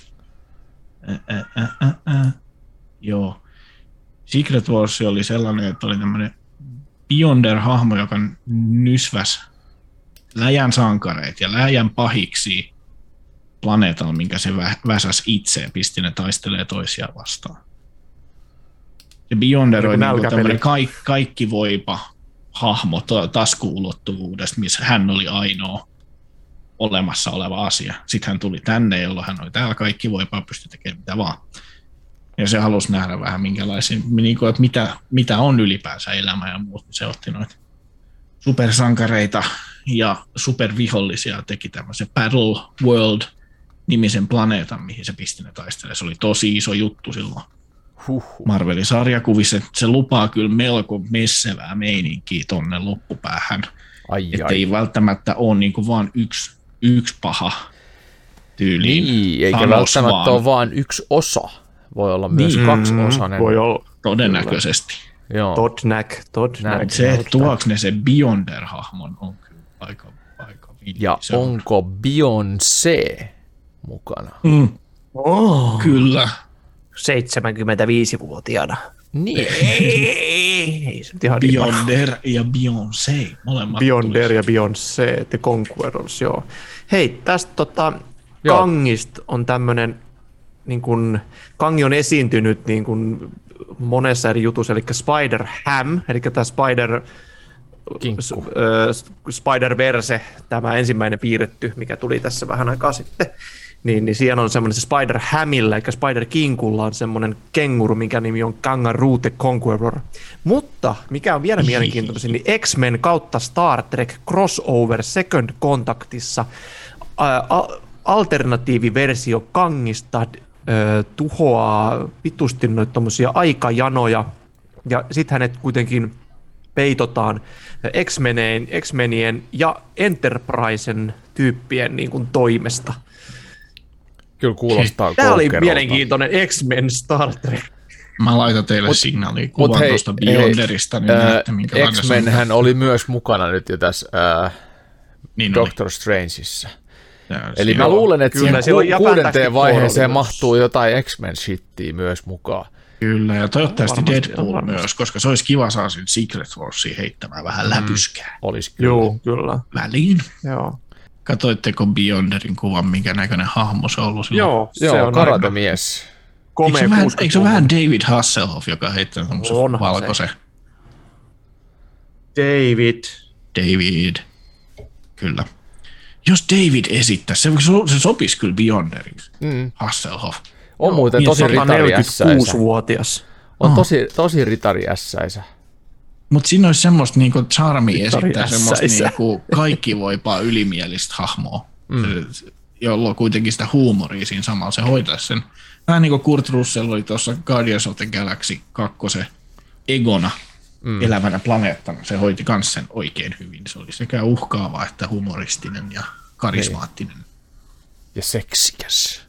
Joo. Secret Wars oli sellainen, että oli tämmöinen Beyonder-hahmo, joka nysväs läjän sankareet ja läjän pahiksi planeetalla, minkä se väsäs itse ja pisti ne taistelee toisiaan vastaan. Se Beyonder oli niin tämmöinen kaikki voipa hahmo taskuulottuvuudesta, missä hän oli ainoa olemassa oleva asia. Sitten hän tuli tänne, jolloin hän oli täällä kaikki voipa pystyi tekemään mitä vaan. Ja se halusi nähdä vähän minkälaisia, niin kuin, että mitä on ylipäänsä elämä ja muut. Se otti noita supersankareita ja supervihollisia, teki tämmöisen Battle World-nimisen planeetan, mihin se pisti ne taistelemaan. Se oli tosi iso juttu silloin. Marvelin sarjakuvissa, se lupaa kyllä melko messevää meininkiä tonne loppupäähän. Että ei välttämättä ole niinku vaan yksi paha tyyliin. Niin, eikä välttämättä ole vaan yksi osa. Voi olla myös kaksiosainen. Voi olla. Todennäköisesti. Todnäk. Se, että tuoks ne se Beyonder-hahmon on kyllä aika ja onko Beyoncé mukana? Kyllä. 75-vuotiaana. Niin. Ei se ihan Beyonder ja Beyoncé, molemmat. Beyonder ja Beyoncé, The Conquerors, joo. Hei, tästä Kangista on tämmönen, niin kun, Kangi on esiintynyt niin kun monessa eri jutussa, eli Spider-Ham, eli tämä Spider-Verse, tämä ensimmäinen piirretty, mikä tuli tässä vähän aikaa sitten, niin siellä on semmoinen se Spider-Hamilla, eli Spider-Kinkulla on semmoinen kenguru, minkä nimi on Kangaroo the Conqueror. Mutta mikä on vielä mielenkiintoista, niin X-Men kautta Star Trek crossover Second Contactissa alternatiiviversio Kangista tuhoaa vitusti noita tommosia aikajanoja, ja sitten hänet kuitenkin peitotaan X-Menien ja Enterprisen tyyppien niin kuin toimesta. Kyllä kuulostaa tämä oli mielenkiintoinen X-Men Star Trek. Mä laitan teille signaalia kuvan tuosta Beyonderista. Niin X-Men oli myös mukana nyt jo tässä Doctor Strangeissa. Eli mä luulen, että siihen 6. vaiheeseen mahtuu jotain X-Men-shittiä myös mukaan. Kyllä, ja toivottavasti Deadpool myös, koska se olisi kiva saada sinne Secret Warsiin heittämään vähän läpyskää. Olisi kyllä. Joo, kyllä. Väliin. Joo. Katoitteko Beyonderin kuvan, minkä näköinen hahmo se on ollut silloin? Joo, se on karatemies. Eikö se vähän David Hasselhoff, joka heittää tämmöisen valkoisen? David. Kyllä. Jos David esittää, se sopisi kyllä Beyonderiksi. Hasselhoff. On muuten tosi ritariässäisä. 46-vuotias. On tosi ritariässäisä. Mutta siinä olisi semmoista niinku charmia esittää semmoista niinku kaikki voipaa ylimielistä hahmoa, jolla on kuitenkin sitä huumoria siinä samalla. Se hoitaisi sen. Vähän niin kuin Kurt Russell oli tuossa Guardians of the Galaxy 2 egona elävänä planeettana. Se hoiti myös sen oikein hyvin. Se oli sekä uhkaava että humoristinen ja karismaattinen. Ja seksikäs.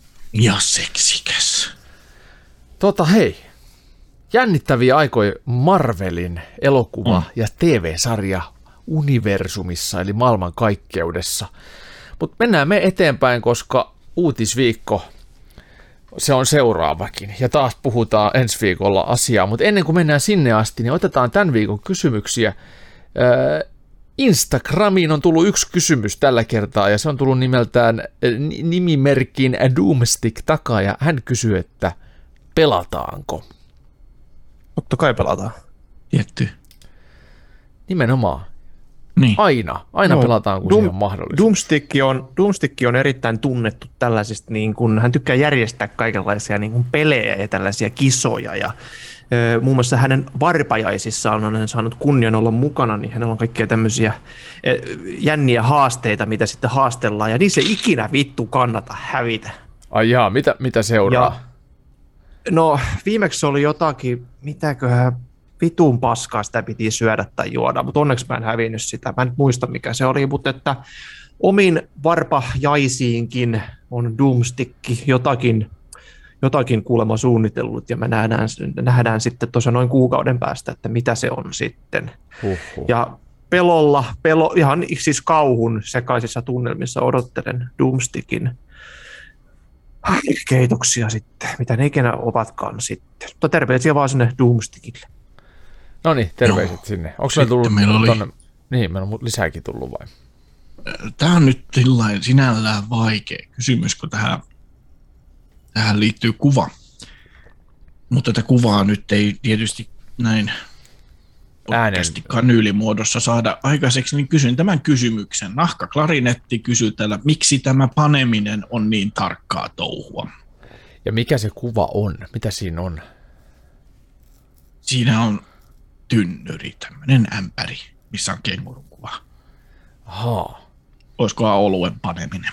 Hei. Jännittäviä aikoja Marvelin elokuva- ja TV-sarja universumissa, eli maailmankaikkeudessa. Mutta mennään me eteenpäin, koska uutisviikko, se on seuraavakin. Ja taas puhutaan ensi viikolla asiaa. Mutta ennen kuin mennään sinne asti, niin otetaan tämän viikon kysymyksiä. Instagramiin on tullut yksi kysymys tällä kertaa, ja se on tullut nimeltään nimimerkin Doomstick takaa, ja hän kysyy, että pelataanko? Totta kai pelataan. Tietty. Nimenomaan. Niin. Aina pelataan, kun se on mahdollista. Doomstick on erittäin tunnettu tällaisista, niin kun hän tykkää järjestää kaikenlaisia niin kun pelejä ja tällaisia kisoja. Ja, muun muassa hänen varpajaisissaan on hän saanut kunnian olla mukana, niin hänellä on kaikkia tämmöisiä jänniä haasteita, mitä sitten haastellaan. Ja niissä ei ikinä vittu kannata hävitä. Ai jaa, mitä seuraa? No viimeksi oli jotakin, mitäköhän vitun paskaa sitä piti syödä tai juoda, mutta onneksi mä en hävinnyt sitä. Mä en muista mikä se oli, mutta että omin varpajaisiinkin on Doomstick jotakin jotakin kuulemma suunnitellut, ja me nähdään sitten tuossa noin kuukauden päästä, että mitä se on sitten. Ja ihan siis kauhun sekaisissa tunnelmissa odottelen Doomstickin keitoksia sitten, mitä ne ikinä ovatkaan sitten. Mutta terveisiä vaan sinne Doomstickille. No niin, terveiset sinne. Onko meillä tullut tuonne? Niin, meillä on lisääkin tullut vai? Tämä on nyt sinällään vaikea kysymys, kun tähän liittyy kuva. Mutta tätä kuvaa nyt ei tietysti näin kanyylimuodossa saada aikaiseksi, niin kysyn tämän kysymyksen. Nahka Klarinetti kysyy täällä, miksi tämä paneminen on niin tarkkaa touhua? Ja mikä se kuva on? Mitä siinä on? Siinä on tynnyri, tämmöinen ämpäri, missä on kengurun kuva. Ahaa. Olisikohan oluen paneminen?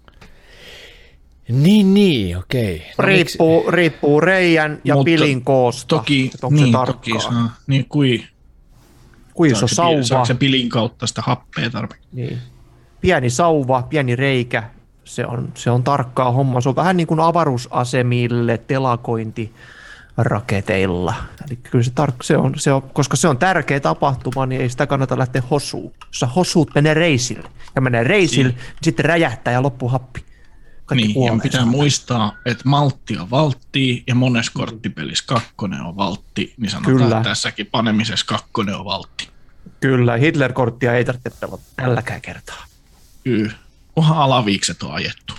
Niin, okei. No, riippuu reijän ja pilin koosta. Toki saa. Niin kuin iso sauva. Saako se pilin kautta sitä happea tarpeeksi? Niin. Pieni sauva, pieni reikä, se on tarkkaa homma. Se on vähän niin kuin avaruusasemille telakointiraketeilla. Eli kyllä se on, koska se on tärkeä tapahtuma, niin ei sitä kannata lähteä hosuun. Jos hosuut menee reisille ja menee reisille, niin sitten räjähtää ja loppuu happi. Niin, ja pitää muistaa, että maltti on valttia ja monessa korttipelissä 2 on valtti, niin sanotaan, että tässäkin panemisessa 2 on valtti. Kyllä, Hitler-korttia ei tarvitse pelata tälläkään kertaa. Kyllä, kunhan alaviikset on ajettu.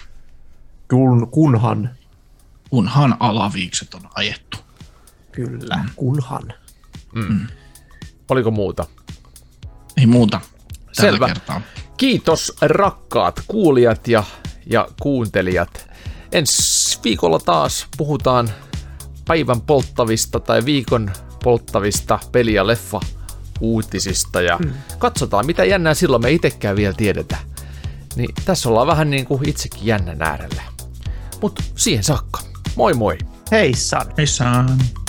Kunhan alaviikset on ajettu. Kyllä, kunhan. Oliko muuta? Ei muuta tällä Selvä. kertaa. Kiitos rakkaat kuulijat ja kuuntelijat. Ensi viikolla taas puhutaan päivän polttavista tai viikon polttavista peli- ja leffa-uutisista ja katsotaan, mitä jännää silloin me itsekään vielä tiedetään. Niin tässä ollaan vähän niin kuin itsekin jännän äärellä. Mutta siihen saakka. Moi moi! Heissan! Heissan!